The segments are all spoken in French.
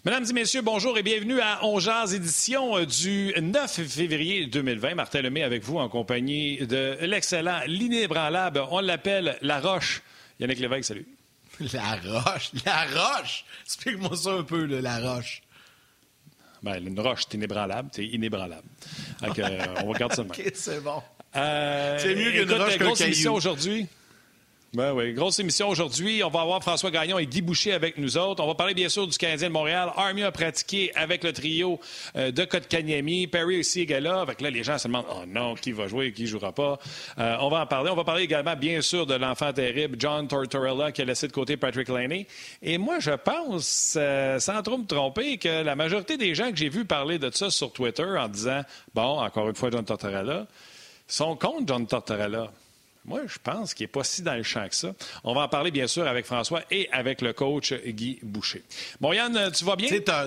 Mesdames et messieurs, bonjour et bienvenue à On Jase, édition du 9 février 2020. Martin Lemay avec vous en compagnie de l'excellent, l'inébranlable, on l'appelle La Roche. Yannick Lévesque, salut. La Roche! Explique-moi ça un peu, là, La Roche. Ben, une roche, t'es inébranlable, t'es inébranlable. Donc, on va garder ça de même. OK, c'est bon. C'est mieux qu'une roche qu'un grosse caillou. émission aujourd'hui. Ben oui, grosse émission aujourd'hui. On va avoir François Gagnon et Guy Boucher avec nous autres. On va parler bien sûr du Canadien de Montréal. Armia a pratiqué avec le trio de Kotkaniemi. Perry aussi est là. Avec là, les gens se demandent, oh non, qui va jouer et qui ne jouera pas. On va en parler. On va parler également, bien sûr, de l'enfant terrible, John Tortorella, qui a laissé de côté Patrick Laine. Et moi, je pense, sans trop me tromper, que la majorité des gens que j'ai vus parler de ça sur Twitter en disant, bon, encore une fois, John Tortorella, sont contre John Tortorella. Moi, je pense qu'il n'est pas si dans le champ que ça. On va en parler, bien sûr, avec François et avec le coach Guy Boucher. Bon, Yann, tu vas bien?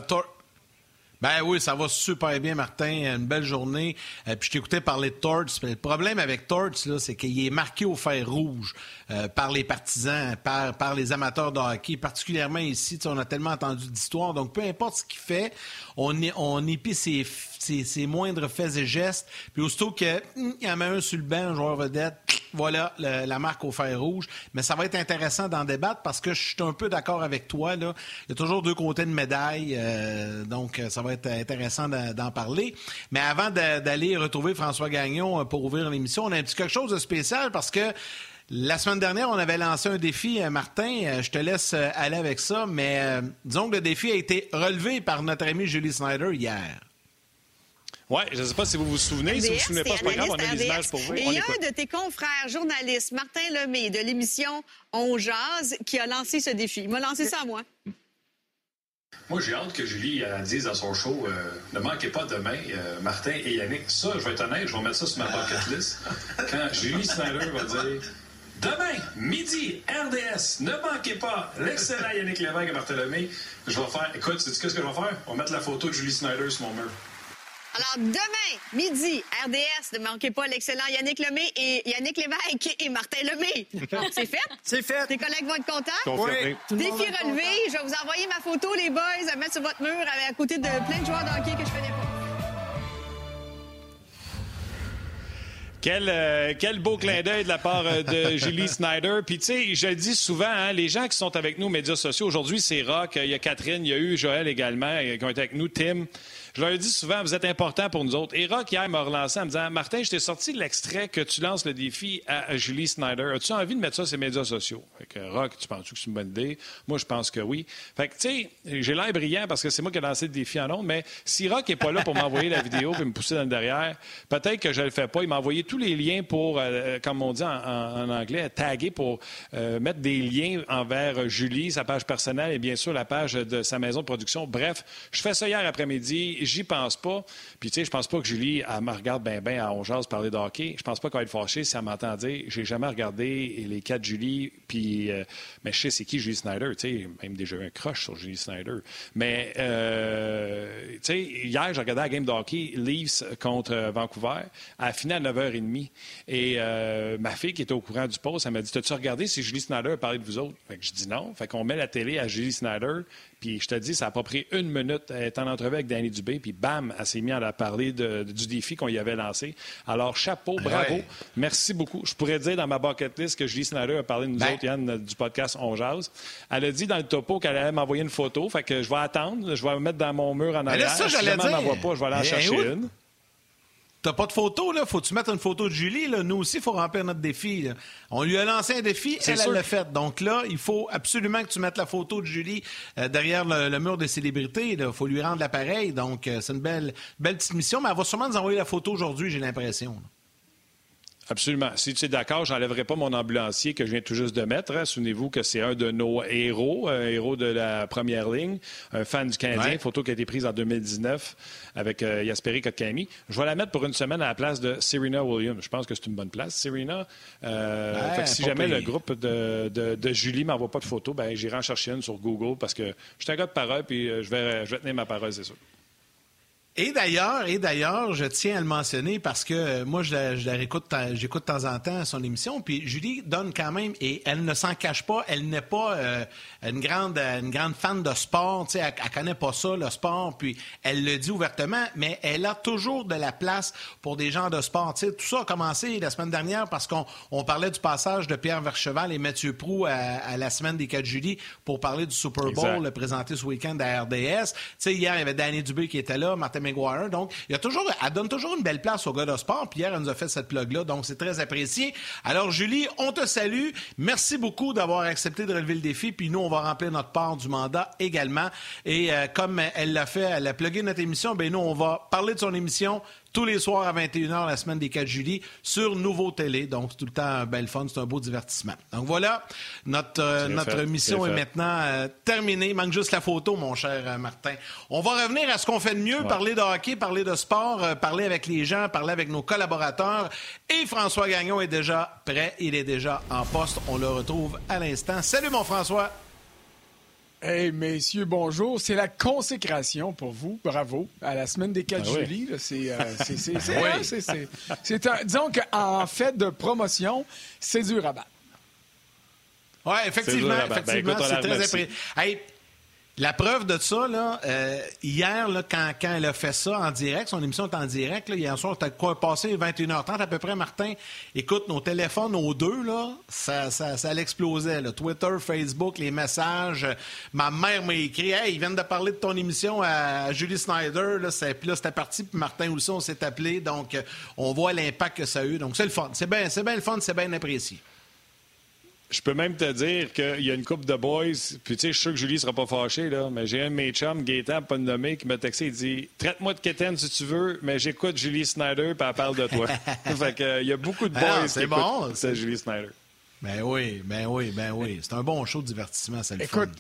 Ben oui, ça va super bien, Martin. Une belle journée. Puis je t'écoutais parler de Torts. Le problème avec Torts, là, c'est qu'il est marqué au fer rouge par les partisans, par les amateurs de hockey, particulièrement ici. On a tellement entendu d'histoires. Donc, peu importe ce qu'il fait, on épie ses moindres faits et gestes. Puis aussitôt qu'il y en met un sur le banc, un joueur vedette, voilà la marque au fer rouge. Mais ça va être intéressant d'en débattre parce que je suis un peu d'accord avec toi. Là. Il y a toujours deux côtés de médaille. Donc, ça va être intéressant d'en parler. Mais avant d'aller retrouver François Gagnon pour ouvrir l'émission, on a un petit quelque chose de spécial parce que la semaine dernière, on avait lancé un défi, Martin. Je te laisse aller avec ça. Mais disons que le défi a été relevé par notre ami Julie Snyder hier. Oui, je ne sais pas si vous vous souvenez. RDS, si vous ne vous souvenez pas, c'est pas grave, on a des images pour vous. Et il y a un de tes confrères journalistes, Martin Lemay, de l'émission On Jase, qui a lancé ce défi. Il m'a lancé ça à moi. Moi, j'ai hâte que Julie dise dans son show ne manquez pas demain, Martin et Yannick. Ça, je vais être honnête, je vais mettre ça sur ma bucket list. Quand Julie Snyder va dire demain, midi, RDS, ne manquez pas l'excellent Yannick Lévesque et Martin Lemay, je vais faire. Écoute, sais-tu qu'est-ce que je vais faire? On va mettre la photo de Julie Snyder sur mon mur. Alors, demain, midi, RDS, ne manquez pas l'excellent Yannick Lemay et Yannick Lévesque et Martin Lemay. C'est fait? C'est fait. Tes collègues vont être contents? Confirmé. Oui. Défi relevé. Je vais vous envoyer ma photo, les boys, à mettre sur votre mur à côté de plein de joueurs de hockey que je connais pas. Quel beau clin d'œil de la part de Julie Snyder. Puis, tu sais, je le dis souvent, hein, les gens qui sont avec nous aux médias sociaux, aujourd'hui, c'est Rock, il y a Catherine, il y a eu Joël également, qui ont été avec nous, Tim. Je leur dis souvent, vous êtes importants pour nous autres. Et Rock, hier, m'a relancé en me disant, Martin, je t'ai sorti l'extrait que tu lances le défi à Julie Snyder. As-tu envie de mettre ça sur les médias sociaux? Fait que, Rock, tu penses que c'est une bonne idée? Moi, je pense que oui. Fait que, tu sais, j'ai l'air brillant parce que c'est moi qui ai lancé le défi en ondes, mais si Rock n'est pas là pour m'envoyer la vidéo et me pousser dans le derrière, peut-être que je le fais pas. Il m'a envoyé tous les liens pour, comme on dit en anglais, taguer pour mettre des liens envers Julie, sa page personnelle et bien sûr la page de sa maison de production. Bref, je fais ça hier après-midi. J'y pense pas. Puis, tu sais, je pense pas que Julie, elle me regarde bien à On Jase parler de hockey. Je pense pas qu'elle va être fâchée si elle m'entend dire j'ai jamais regardé les 4 Julie, puis mais je sais c'est qui Julie Snyder. Tu sais, même déjà eu un crush sur Julie Snyder. Mais, tu sais, hier, j'ai regardé la game de hockey Leafs contre Vancouver. Elle a fini à 9h30. Et ma fille qui était au courant du poste, elle m'a dit t'as-tu regardé si Julie Snyder a parlé de vous autres? Fait que je dis non. Fait qu'on met la télé à Julie Snyder. Puis je te dis, ça a pas pris 1 minute. Elle est en entrevue avec Danny Dubé, puis bam, elle s'est mise à parler du défi qu'on y avait lancé. Alors, chapeau, bravo, ouais. Merci beaucoup. Je pourrais dire dans ma bucket list que Julie Snyder a parlé de nous autres, Yann, du podcast On Jase. Elle a dit dans le topo qu'elle allait m'envoyer une photo, fait que je vais attendre, je vais me mettre dans mon mur en arrière. Ça, si jamais elle m'en voit pas, je vais aller en chercher une. T'as pas de photo, là? Faut-tu mettre une photo de Julie? Là? Nous aussi, il faut remplir notre défi. Là. On lui a lancé un défi, elle l'a fait. Donc là, il faut absolument que tu mettes la photo de Julie derrière le mur des célébrités. Il faut lui rendre l'appareil. Donc, c'est une belle petite mission. Mais elle va sûrement nous envoyer la photo aujourd'hui, j'ai l'impression. Là. Absolument. Si tu es d'accord, je n'enlèverai pas mon ambulancier que je viens tout juste de mettre. Hein. Souvenez-vous que c'est un de nos héros, un héros de la première ligne, un fan du Canadien, ouais. Photo qui a été prise en 2019 avec Jesperi Kotkaniemi. Je vais la mettre pour une semaine à la place de Serena Williams. Je pense que c'est une bonne place, Serena. Fait que si jamais le groupe de Julie ne m'envoie pas de photo, ben j'irai en chercher une sur Google parce que je suis un gars de parole puis je vais tenir ma parole, c'est sûr. Et d'ailleurs, je tiens à le mentionner parce que moi, j'écoute de temps en temps son émission, puis Julie donne quand même, et elle ne s'en cache pas, elle n'est pas une grande fan de sport, tu sais, elle connaît pas ça, le sport, puis elle le dit ouvertement, mais elle a toujours de la place pour des gens de sport. Tu sais, tout ça a commencé la semaine dernière parce qu'on parlait du passage de Pierre Vercheval et Mathieu Proulx à la semaine des 4 juillet pour parler du Super Bowl, le présenté ce week-end à RDS. Tu sais, hier, il y avait Danny Dubé qui était là, Martin McGuire. Donc, elle donne toujours une belle place aux gars de sport. Puis hier, elle nous a fait cette plug-là. Donc, c'est très apprécié. Alors, Julie, on te salue. Merci beaucoup d'avoir accepté de relever le défi. Puis nous, on va remplir notre part du mandat également. Et comme elle l'a fait, elle a plugué notre émission, bien nous, on va parler de son émission tous les soirs à 21h la semaine des 4 juillet sur Nouveau Télé. Donc, c'est tout le temps un bel fun, c'est un beau divertissement. Donc voilà, notre mission est maintenant terminée. Il manque juste la photo, mon cher Martin. On va revenir à ce qu'on fait de mieux, parler de hockey, parler de sport, parler avec les gens, parler avec nos collaborateurs. Et François Gagnon est déjà prêt, il est déjà en poste. On le retrouve à l'instant. Salut mon François! Hey, messieurs, bonjour. C'est la consécration pour vous. Bravo. À la semaine des 4 juillet. Disons qu'en fait de promotion, c'est dur à battre. Oui, effectivement. C'est très apprécié. Hey, la preuve de ça, là, hier, là, quand elle a fait ça en direct, son émission est en direct, là, hier soir, t'as passé 21h30 à peu près, Martin. Écoute, nos téléphones, aux deux, là, ça l'explosait. Là. Twitter, Facebook, les messages. Ma mère m'a écrit « Hey, ils viennent de parler de ton émission à Julie Snyder. » Puis là, c'était parti, puis Martin aussi, on s'est appelé. Donc, on voit l'impact que ça a eu. Donc, c'est le fun. C'est bien le fun, c'est bien apprécié. Je peux même te dire qu'il y a une couple de boys, puis tu sais, je suis sûr que Julie ne sera pas fâchée, là, mais j'ai un de mes chums, Gaétan, pas de nommer, qui m'a texté, il dit « Traite-moi de quétaine si tu veux, mais j'écoute Julie Snyder, puis elle parle de toi. » Fait que il y a beaucoup de boys qui écoutent Julie Snyder. Ben oui. C'est un bon show de divertissement, c'est le fun. Écoute,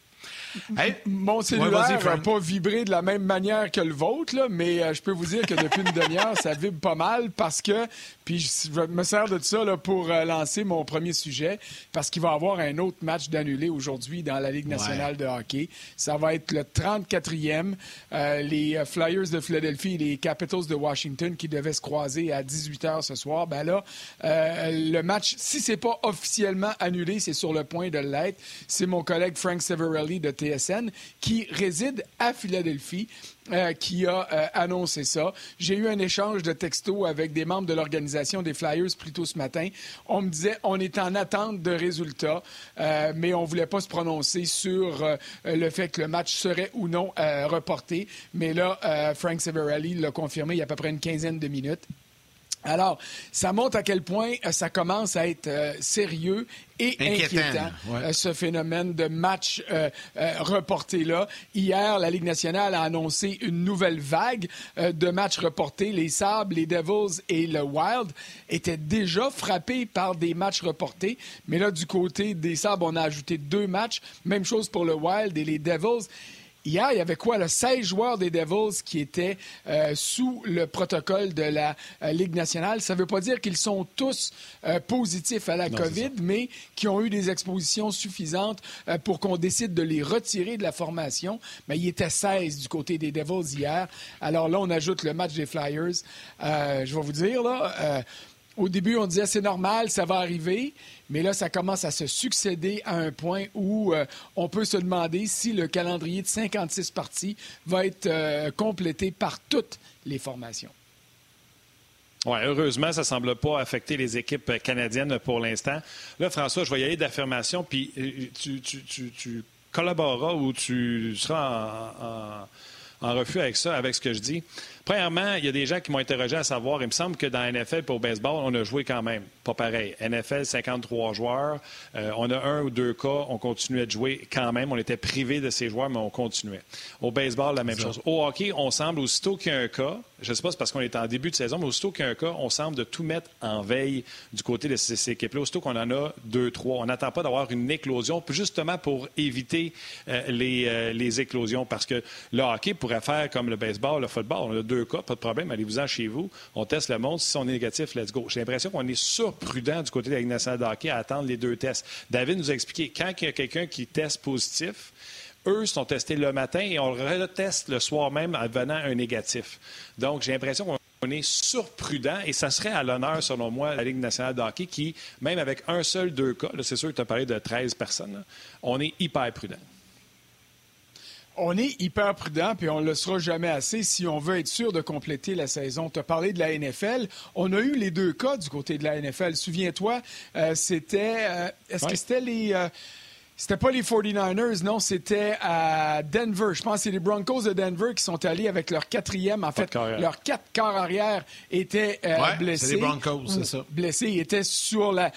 mon cellulaire n'a pas vibré de la même manière que le vôtre, là, mais je peux vous dire que depuis une demi-heure, ça vibre pas mal parce que, puis je me sers de ça là, pour lancer mon premier sujet, parce qu'il va y avoir un autre match d'annulé aujourd'hui dans la Ligue nationale de hockey. Ça va être le 34e. Les Flyers de Philadelphie et les Capitals de Washington qui devaient se croiser à 18h ce soir. Ben là, le match, si c'est pas officiellement annulé, c'est sur le point de l'être. C'est mon collègue Frank Severelli de TSN, qui réside à Philadelphie, qui a annoncé ça. J'ai eu un échange de textos avec des membres de l'organisation des Flyers plus tôt ce matin. On me disait on est en attente de résultats, mais on ne voulait pas se prononcer sur le fait que le match serait ou non reporté. Mais là, Frank Severelli l'a confirmé il y a à peu près une quinzaine de minutes. Alors, ça montre à quel point ça commence à être sérieux et inquiétant, ce phénomène de match reporté-là. Hier, la Ligue nationale a annoncé une nouvelle vague de matchs reportés. Les Sabres, les Devils et le Wild étaient déjà frappés par des matchs reportés. Mais là, du côté des Sabres, on a ajouté 2 matchs. Même chose pour le Wild et les Devils. Hier, il y avait quoi? 16 joueurs des Devils qui étaient sous le protocole de la Ligue nationale. Ça ne veut pas dire qu'ils sont tous positifs à la COVID, mais qui ont eu des expositions suffisantes pour qu'on décide de les retirer de la formation. Mais il était 16 du côté des Devils hier. Alors là, on ajoute le match des Flyers. Je vais vous dire, là... Au début, on disait c'est normal, ça va arriver, mais là, ça commence à se succéder à un point où on peut se demander si le calendrier de 56 parties va être complété par toutes les formations. Oui, heureusement, ça ne semble pas affecter les équipes canadiennes pour l'instant. Là, François, je vais y aller d'affirmation, puis tu collaboreras ou tu seras en refus avec ça, avec ce que je dis. Premièrement, il y a des gens qui m'ont interrogé à savoir, il me semble que dans la NFL pour le baseball, on a joué quand même. Pas pareil. NFL, 53 joueurs. On a 1 ou 2 cas, on continuait de jouer quand même. On était privé de ces joueurs, mais on continuait. Au baseball, la même chose. Au hockey, on semble, aussitôt qu'il y a un cas, je ne sais pas si c'est parce qu'on est en début de saison, mais aussitôt qu'il y a un cas, on semble de tout mettre en veille du côté de ces équipes-là. Aussitôt qu'on en a 2, 3. On n'attend pas d'avoir une éclosion, justement pour éviter les éclosions. Parce que le hockey pourrait faire comme le baseball, le football. On a 2 cas, pas de problème, allez-vous-en chez vous. On teste le monde. Si on est négatif, let's go. J'ai l'impression qu'on est surprudent du côté de la Ligue nationale de hockey à attendre les 2 tests. David nous a expliqué, quand il y a quelqu'un qui teste positif, eux sont testés le matin et on le reteste le soir même en venant un négatif. Donc, j'ai l'impression qu'on est surprudent et ça serait à l'honneur, selon moi, la Ligue nationale de hockey qui, même avec un seul 2 cas, là, c'est sûr que tu as parlé de 13 personnes, là, on est hyper prudent. On est hyper prudent, puis on ne le sera jamais assez si on veut être sûr de compléter la saison. Tu as parlé de la NFL. On a eu les 2 cas du côté de la NFL. Souviens-toi, c'était... est-ce que c'était les... C'était pas les 49ers, non, c'était à Denver. Je pense que c'est les Broncos de Denver qui sont allés avec leur 4e. En fait, leurs 4 corps arrière étaient blessés. C'est les Broncos, c'est ça. Blessés, ils étaient sur la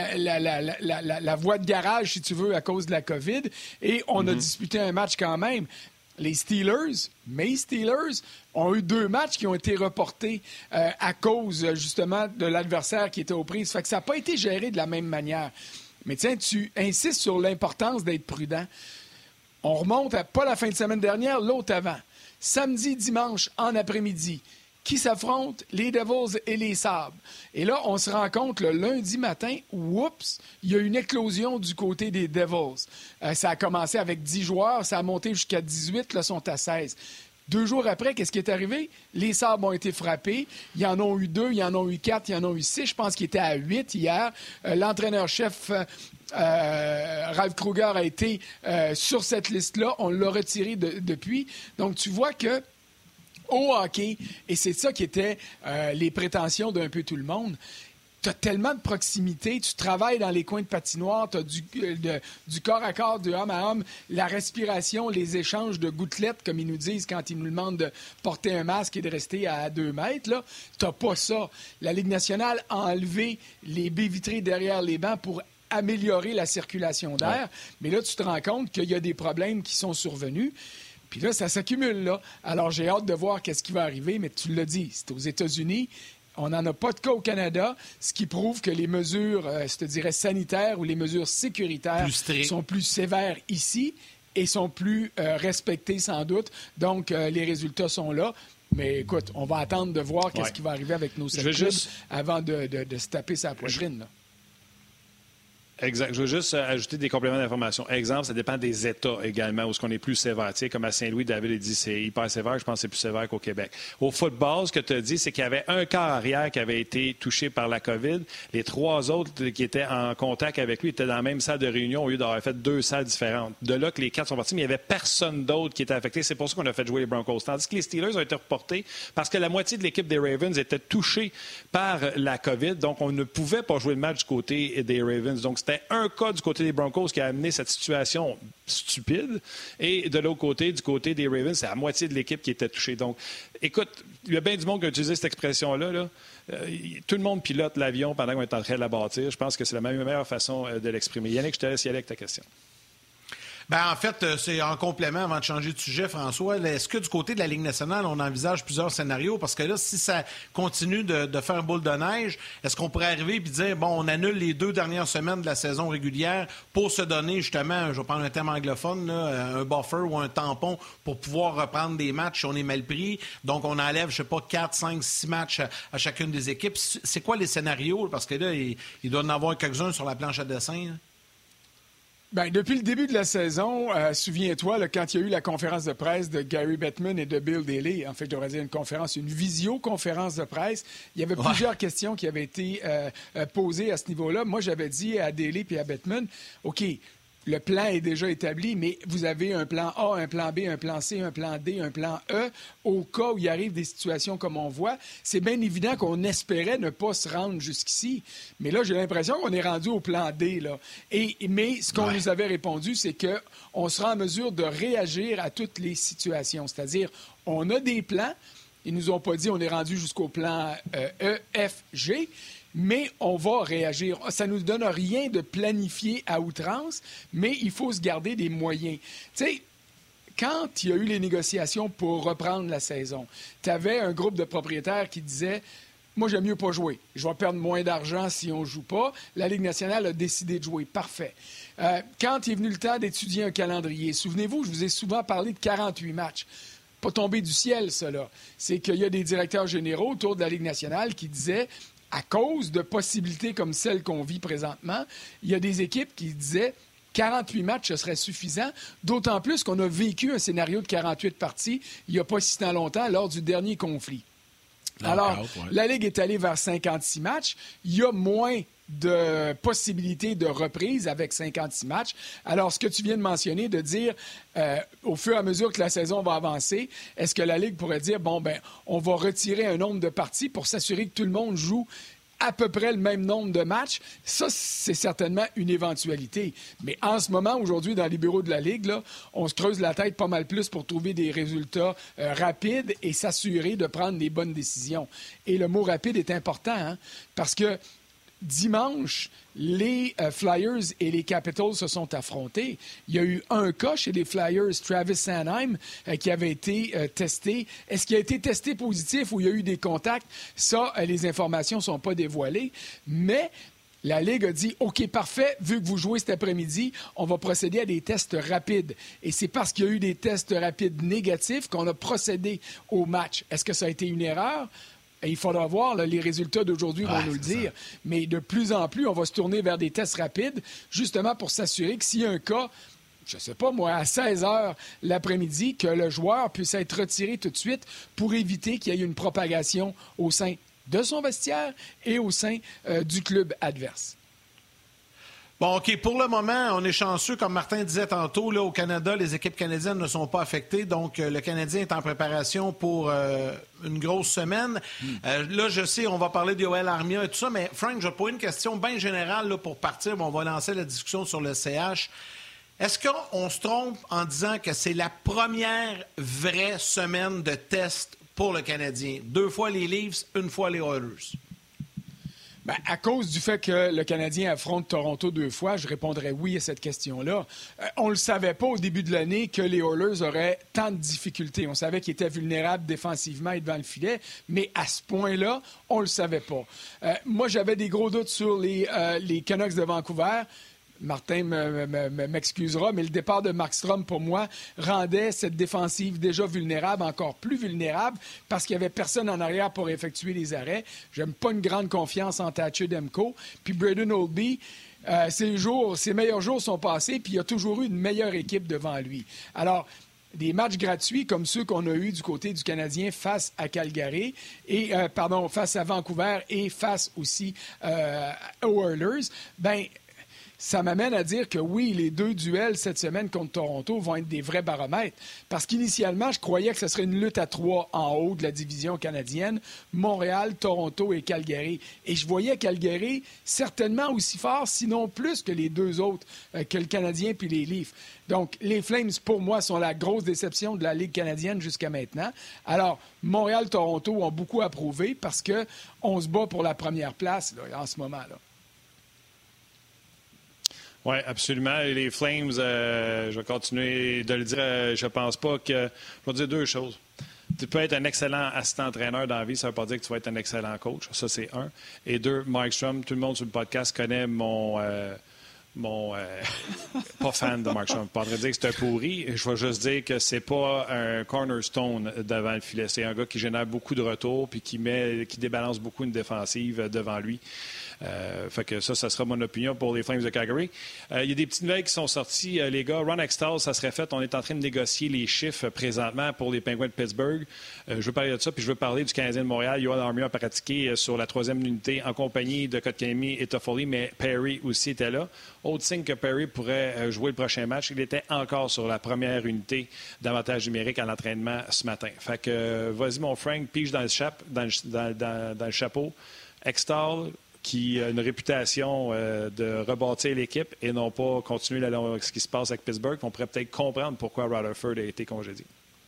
voie de garage, si tu veux, à cause de la COVID. Et on a disputé un match quand même. Les Steelers, mes Steelers, ont eu 2 matchs qui ont été reportés à cause, justement, de l'adversaire qui était aux prises. Fait que ça n'a pas été géré de la même manière. Mais tiens, tu insistes sur l'importance d'être prudent. On remonte à pas la fin de semaine dernière, l'autre avant. Samedi, dimanche, en après-midi. Qui s'affrontent? Les Devils et les Sabres. Et là, on se rend compte le lundi matin, oups, il y a une éclosion du côté des Devils. Ça a commencé avec 10 joueurs, ça a monté jusqu'à 18, là, sont à 16. 2 jours après, qu'est-ce qui est arrivé? Les Sabres ont été frappés. Ils en ont eu 2, ils en ont eu 4, ils en ont eu 6. Je pense qu'ils étaient à 8 hier. L'entraîneur-chef Ralph Kruger a été sur cette liste-là. On l'a retiré depuis. Donc, tu vois que au hockey, et c'est ça qui était les prétentions d'un peu tout le monde, tu as tellement de proximité, tu travailles dans les coins de patinoire, tu as du corps à corps, du homme à homme, la respiration, les échanges de gouttelettes, comme ils nous disent quand ils nous demandent de porter un masque et de rester à 2 mètres. Tu n'as pas ça. La Ligue nationale a enlevé les baies vitrées derrière les bancs pour améliorer la circulation d'air. Ouais. Mais là, tu te rends compte qu'il y a des problèmes qui sont survenus. Puis là, ça s'accumule, là. Alors, j'ai hâte de voir qu'est-ce qui va arriver, mais tu l'as dit, c'est aux États-Unis. On n'en a pas de cas au Canada, ce qui prouve que les mesures, je te dirais, sanitaires ou les mesures sécuritaires sont plus sévères ici et sont plus respectées sans doute. Donc, les résultats sont là. Mais écoute, on va attendre de voir qu'est-ce qui va arriver avec nos 7 clubs avant de se taper sa poitrine, là. Exact. Je veux juste ajouter des compléments d'information. Exemple, ça dépend des États également, où est-ce qu'on est plus sévère. Tu sais, comme à Saint-Louis, David a dit c'est hyper sévère. Je pense que c'est plus sévère qu'au Québec. Au football, ce que tu as dit, c'est qu'il y avait un quart arrière qui avait été touché par la COVID. Les 3 autres qui étaient en contact avec lui étaient dans la même salle de réunion au lieu d'avoir fait 2 salles différentes. De là que les 4 sont partis, mais il n'y avait personne d'autre qui était affecté. C'est pour ça qu'on a fait jouer les Broncos. Tandis que les Steelers ont été reportés parce que la moitié de l'équipe des Ravens était touchée par la COVID. Donc, on ne pouvait pas jouer le match du côté des Ravens. Donc, c'était un cas du côté des Broncos qui a amené cette situation stupide. Et de l'autre côté, du côté des Ravens, c'est la moitié de l'équipe qui était touchée. Donc, écoute, il y a bien du monde qui a utilisé cette expression-là. Là. Tout le monde pilote l'avion pendant qu'on est en train de la bâtir. Je pense que c'est la meilleure façon de l'exprimer. Yannick, je te laisse y aller avec ta question. Bien, en fait, c'est en complément, avant de changer de sujet, François, est-ce que du côté de la Ligue nationale, on envisage plusieurs scénarios? Parce que là, si ça continue de faire boule de neige, est-ce qu'on pourrait arriver et dire, bon, on annule les 2 dernières semaines de la saison régulière pour se donner, justement, je vais prendre un terme anglophone, là, un buffer ou un tampon pour pouvoir reprendre des matchs si on est mal pris? Donc, on enlève, je sais pas, 4, 5, 6 matchs à chacune des équipes. C'est quoi les scénarios? Parce que là, il doit y en avoir quelques-uns sur la planche à dessin, là. Bien, depuis le début de la saison, souviens-toi, là, quand il y a eu la conférence de presse de Gary Bettman et de Bill Daly, en fait, j'aurais dit une visioconférence de presse, il y avait plusieurs questions qui avaient été posées à ce niveau-là. Moi, j'avais dit à Daly et à Bettman, OK, le plan est déjà établi, mais vous avez un plan A, un plan B, un plan C, un plan D, un plan E. Au cas où il arrive des situations comme on voit, c'est bien évident qu'on espérait ne pas se rendre jusqu'ici. Mais là, j'ai l'impression qu'on est rendu au plan D, là. Mais ce qu'on nous avait répondu, c'est qu'on sera en mesure de réagir à toutes les situations. C'est-à-dire, on a des plans. Ils nous ont pas dit on est rendu jusqu'au plan E, F, G. Mais on va réagir. Ça ne nous donne rien de planifier à outrance, mais il faut se garder des moyens. Tu sais, quand il y a eu les négociations pour reprendre la saison, tu avais un groupe de propriétaires qui disaient « Moi, j'aime mieux pas jouer. Je vais perdre moins d'argent si on ne joue pas. » La Ligue nationale a décidé de jouer. Parfait. Quand il est venu le temps d'étudier un calendrier, souvenez-vous, je vous ai souvent parlé de 48 matchs. Pas tombé du ciel, ça, là. C'est qu'il y a des directeurs généraux autour de la Ligue nationale qui disaient à cause de possibilités comme celles qu'on vit présentement, il y a des équipes qui disaient 48 matchs, ce serait suffisant, d'autant plus qu'on a vécu un scénario de 48 parties il n'y a pas si tant longtemps lors du dernier conflit. Alors, la Ligue est allée vers 56 matchs. Il y a moins de possibilités de reprise avec 56 matchs. Alors, ce que tu viens de mentionner, de dire au fur et à mesure que la saison va avancer, est-ce que la Ligue pourrait dire, on va retirer un nombre de parties pour s'assurer que tout le monde joue à peu près le même nombre de matchs? Ça, c'est certainement une éventualité. Mais en ce moment, aujourd'hui, dans les bureaux de la Ligue, là, on se creuse la tête pas mal plus pour trouver des résultats rapides et s'assurer de prendre les bonnes décisions. Et le mot rapide est important, hein, parce que dimanche, les Flyers et les Capitals se sont affrontés. Il y a eu un cas chez les Flyers, Travis Sanheim, qui avait été testé. Est-ce qu'il a été testé positif ou il y a eu des contacts? Ça, les informations ne sont pas dévoilées. Mais la Ligue a dit, OK, parfait, vu que vous jouez cet après-midi, on va procéder à des tests rapides. Et c'est parce qu'il y a eu des tests rapides négatifs qu'on a procédé au match. Est-ce que ça a été une erreur? Et il faudra voir, là, les résultats d'aujourd'hui vont nous le dire. Ça. Mais de plus en plus, on va se tourner vers des tests rapides, justement pour s'assurer que s'il y a un cas, je ne sais pas moi, à 16 heures l'après-midi, que le joueur puisse être retiré tout de suite pour éviter qu'il y ait une propagation au sein de son vestiaire et au sein du club adverse. Bon, OK. Pour le moment, on est chanceux. Comme Martin disait tantôt, là, au Canada, les équipes canadiennes ne sont pas affectées. Donc, le Canadien est en préparation pour une grosse semaine. Là, je sais, on va parler de Yoel Armia et tout ça, mais Frank, je vais te poser une question bien générale là, pour partir. On va lancer la discussion sur le CH. Est-ce qu'on se trompe en disant que c'est la première vraie semaine de test pour le Canadien? 2 fois les Leafs, 1 fois les Oilers. Bien, à cause du fait que le Canadien affronte Toronto 2 fois, je répondrais oui à cette question-là. On ne le savait pas au début de l'année que les Oilers auraient tant de difficultés. On savait qu'ils étaient vulnérables défensivement et devant le filet, mais à ce point-là, on ne le savait pas. Moi, j'avais des gros doutes sur les Canucks de Vancouver. Martin m'excusera, mais le départ de Markstrom, pour moi, rendait cette défensive déjà vulnérable encore plus vulnérable parce qu'il n'y avait personne en arrière pour effectuer les arrêts. J'aime pas une grande confiance en Thatcher Demko. Puis Braden Holtby, ses meilleurs jours sont passés, puis il y a toujours eu une meilleure équipe devant lui. Alors, des matchs gratuits comme ceux qu'on a eus du côté du Canadien face à Calgary, face à Vancouver et face aussi aux Oilers, ça m'amène à dire que oui, les 2 duels cette semaine contre Toronto vont être des vrais baromètres. Parce qu'initialement, je croyais que ce serait une lutte à 3 en haut de la division canadienne. Montréal, Toronto et Calgary. Et je voyais Calgary certainement aussi fort, sinon plus que les 2 autres, que le Canadien puis les Leafs. Donc, les Flames, pour moi, sont la grosse déception de la Ligue canadienne jusqu'à maintenant. Alors, Montréal, Toronto ont beaucoup à prouver parce qu'on se bat pour la première place là, en ce moment-là. Oui, absolument. Et les Flames, je vais continuer de le dire. Je pense pas que... Je vais dire 2 choses. Tu peux être un excellent assistant-entraîneur dans la vie, ça ne veut pas dire que tu vas être un excellent coach. Ça, c'est 1. Et 2, Markstrom, tout le monde sur le podcast connaît mon pas fan de Markstrom. Pas en train de dire que c'est un pourri. Je vais juste dire que c'est pas un cornerstone devant le filet. C'est un gars qui génère beaucoup de retours puis qui débalance beaucoup une défensive devant lui. Fait que ça sera mon opinion pour les Flames de Calgary. Il y a des petites nouvelles qui sont sorties. Les gars, Ron Hextall, ça serait fait. On est en train de négocier les chiffres présentement pour les Penguins de Pittsburgh. Je veux parler de ça, puis je veux parler du Canadien de Montréal. Yoel Armia a pratiqué sur la 3e unité en compagnie de Kotkaniemi et Toffoli, mais Perry aussi était là. Autre signe que Perry pourrait jouer le prochain match. Il était encore sur la première unité d'avantage numérique à l'entraînement ce matin. Fait que vas-y, mon Frank, pige dans le chapeau. Hextall, qui a une réputation de rebâtir l'équipe et non pas continuer ce qui se passe avec Pittsburgh. On pourrait peut-être comprendre pourquoi Rutherford a été congédié.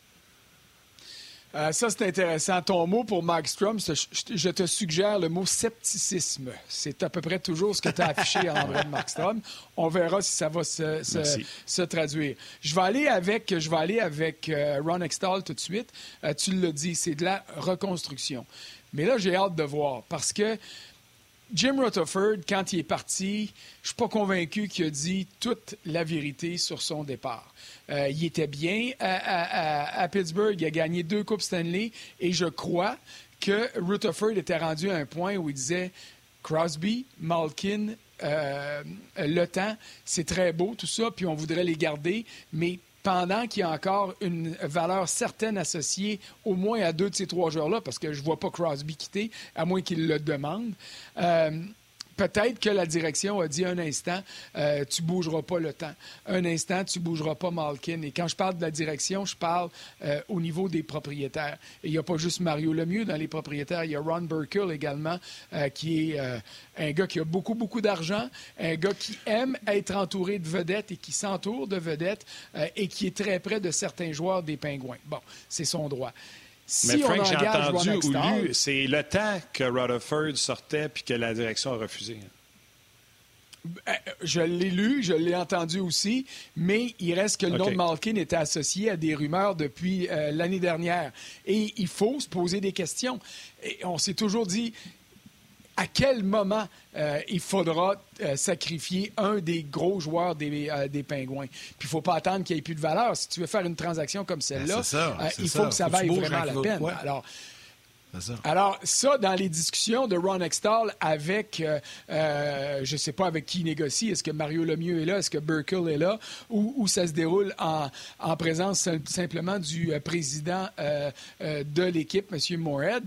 Ça, c'est intéressant. Ton mot pour Markstrom, je te suggère le mot scepticisme. C'est à peu près toujours ce que tu as affiché en vrai de Markstrom. On verra si ça va se traduire. Je vais aller avec Ron Hextall tout de suite. Tu l'as dit, c'est de la reconstruction. Mais là, j'ai hâte de voir parce que Jim Rutherford, quand il est parti, je ne suis pas convaincu qu'il a dit toute la vérité sur son départ. Il était bien à Pittsburgh, il a gagné 2 Coupes Stanley et je crois que Rutherford était rendu à un point où il disait Crosby, Malkin le temps, c'est très beau tout ça, puis on voudrait les garder, mais pendant qu'il y a encore une valeur certaine associée au moins à 2 de ces 3 joueurs-là, parce que je ne vois pas Crosby quitter, à moins qu'il le demande. Peut-être que la direction a dit un instant, tu ne bougeras pas le temps. Un instant, tu ne bougeras pas Malkin. Et quand je parle de la direction, je parle au niveau des propriétaires. Et il n'y a pas juste Mario Lemieux dans les propriétaires. Il y a Ron Burkle également, qui est un gars qui a beaucoup, beaucoup d'argent, un gars qui aime être entouré de vedettes et qui s'entoure de vedettes et qui est très près de certains joueurs des Pingouins. Bon, c'est son droit. Mais Frank, j'ai entendu ou lu, c'est le temps que Rutherford sortait puis que la direction a refusé. Je l'ai lu, je l'ai entendu aussi, mais il reste que le nom de Malkin était associé à des rumeurs depuis l'année dernière. Et il faut se poser des questions. Et on s'est toujours dit... À quel moment il faudra sacrifier un des gros joueurs des Pingouins? Puis il ne faut pas attendre qu'il n'y ait plus de valeur. Si tu veux faire une transaction comme celle-là, il faut que ça vaille vraiment la peine. Alors, ça, dans les discussions de Ron Hextall avec, je ne sais pas avec qui il négocie, est-ce que Mario Lemieux est là, est-ce que Burkle est là, ou ça se déroule en présence simplement du président de l'équipe, M. Moorhead.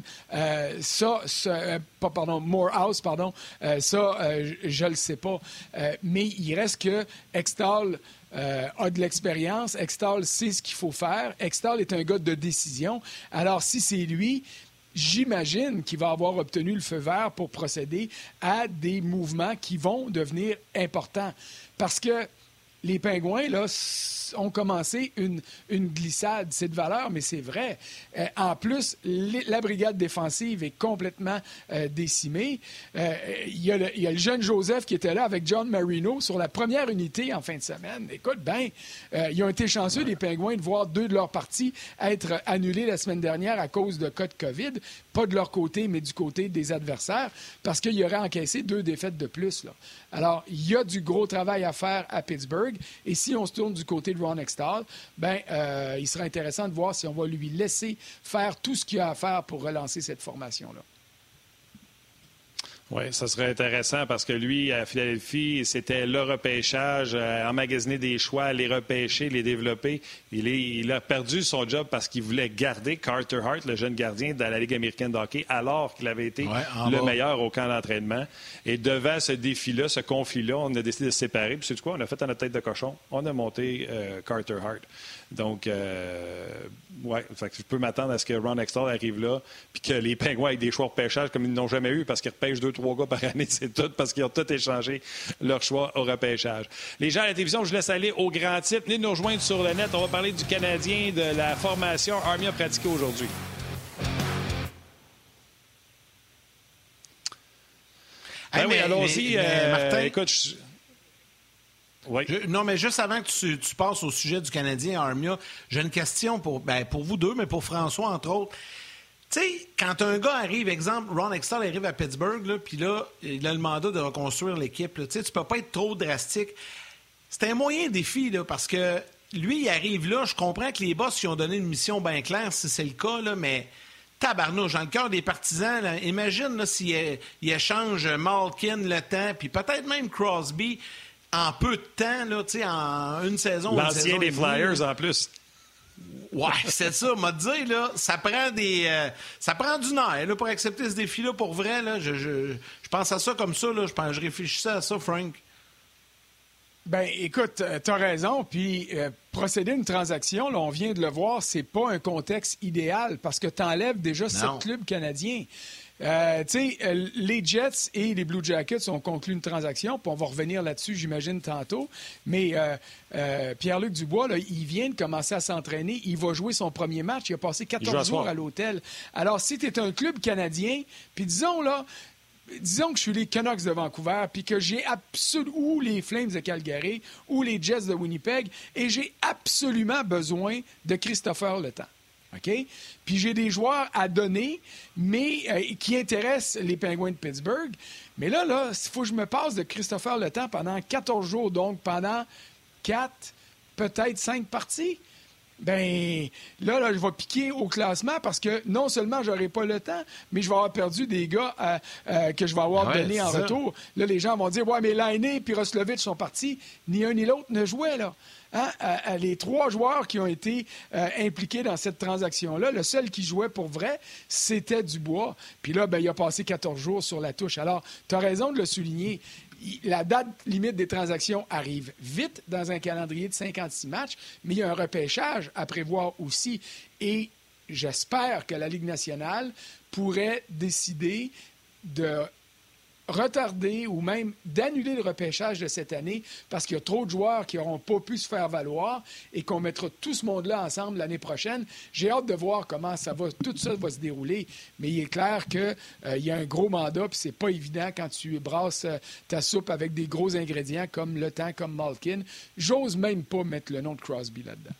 Morehouse, je ne le sais pas. Mais il reste que Hextall a de l'expérience. Hextall sait ce qu'il faut faire. Hextall est un gars de décision. Alors, si c'est lui... J'imagine qu'il va avoir obtenu le feu vert pour procéder à des mouvements qui vont devenir importants. Parce que les Pingouins, là, ont commencé une glissade. C'est de valeur, mais c'est vrai. En plus, la brigade défensive est complètement décimée. Il y a le jeune Joseph qui était là avec John Marino sur la première unité en fin de semaine. Écoute, ils ont été chanceux, les Pingouins, de voir 2 de leurs parties être annulées la semaine dernière à cause de cas de COVID. Pas de leur côté, mais du côté des adversaires, parce qu'ils auraient encaissé 2 défaites de plus, là. Alors, il y a du gros travail à faire à Pittsburgh. Et si on se tourne du côté de Ron Hextall, il sera intéressant de voir si on va lui laisser faire tout ce qu'il a à faire pour relancer cette formation-là. Oui, ça serait intéressant parce que lui, à Philadelphie, c'était le repêchage, emmagasiner des choix, les repêcher, les développer. Il a perdu son job parce qu'il voulait garder Carter Hart, le jeune gardien de la Ligue américaine de hockey, alors qu'il avait été le meilleur au camp d'entraînement. Et devant ce défi-là, ce conflit-là, on a décidé de se séparer. Puis c'est quoi? On a fait à notre tête de cochon. On a monté Carter Hart. Donc, fait que je peux m'attendre à ce que Ron Hextall arrive là puis que les Pingouins avec des choix de repêchage comme ils n'ont jamais eu parce qu'ils repêchent 2-3 gars par année, c'est tout parce qu'ils ont tout échangé leur choix au repêchage. Les gens à la télévision, je laisse aller au grand titre. Venez nous rejoindre sur le net. On va parler du Canadien, de la formation Army a pratiqué aujourd'hui. Oui, allons-y. Martin, écoute, oui. Non, mais juste avant que tu passes au sujet du Canadien Armia, j'ai une question pour vous deux, mais pour François, entre autres. Tu sais, quand un gars arrive, exemple, Ron Hextall arrive à Pittsburgh, puis là, il a le mandat de reconstruire l'équipe. Tu sais, tu peux pas être trop drastique. C'est un moyen défi, là, parce que lui, il arrive là. Je comprends que les boss, ils ont donné une mission bien claire, si c'est le cas, là, mais tabarnouche, dans le cœur des partisans, là, imagine là, s'il échange Malkin le temps, puis peut-être même Crosby en peu de temps, là, tu sais, en une saison. L'ancien des Flyers, en plus. Ouais, c'est ça. M'a dit, là, ça prend du nerf là, pour accepter ce défi-là pour vrai. Là. Je pense à ça comme ça. Là. Je réfléchissais à ça, Frank. Ben, écoute, t'as raison. Puis procéder à une transaction, là, on vient de le voir, c'est pas un contexte idéal parce que t'enlèves déjà 7 clubs canadiens. Tu sais, les Jets et les Blue Jackets ont conclu une transaction, puis on va revenir là-dessus, j'imagine, tantôt. Mais Pierre-Luc Dubois, là, il vient de commencer à s'entraîner. Il va jouer son premier match. Il a passé 14 jours à l'hôtel. Alors, si tu es un club canadien, puis disons que je suis les Canucks de Vancouver, puis que j'ai ou les Flames de Calgary, ou les Jets de Winnipeg, et j'ai absolument besoin de Christopher Le Temps. OK? Puis j'ai des joueurs à donner, mais qui intéressent les Pingouins de Pittsburgh. Mais là, il faut que je me passe de Christopher Le Temps pendant 14 jours, donc pendant 4, peut-être 5 parties. ben là, je vais piquer au classement parce que non seulement je n'aurai pas le temps, mais je vais avoir perdu des gars que je vais avoir donnés en retour. Là, les gens vont dire, ouais, mais Laine et Roslovic sont partis. Ni un ni l'autre ne jouait, là. Hein? Les 3 joueurs qui ont été impliqués dans cette transaction-là, le seul qui jouait pour vrai, c'était Dubois. Puis là, ben, il a passé 14 jours sur la touche. Alors, tu as raison de le souligner. La date limite des transactions arrive vite dans un calendrier de 56 matchs, mais il y a un repêchage à prévoir aussi. Et j'espère que la Ligue nationale pourrait décider de retarder ou même d'annuler le repêchage de cette année parce qu'il y a trop de joueurs qui n'auront pas pu se faire valoir et qu'on mettra tout ce monde-là ensemble l'année prochaine. J'ai hâte de voir comment tout ça va se dérouler, mais il est clair qu'il y a un gros mandat puis c'est pas évident quand tu brasses ta soupe avec des gros ingrédients comme Le Temps, comme Malkin. J'ose même pas mettre le nom de Crosby là-dedans.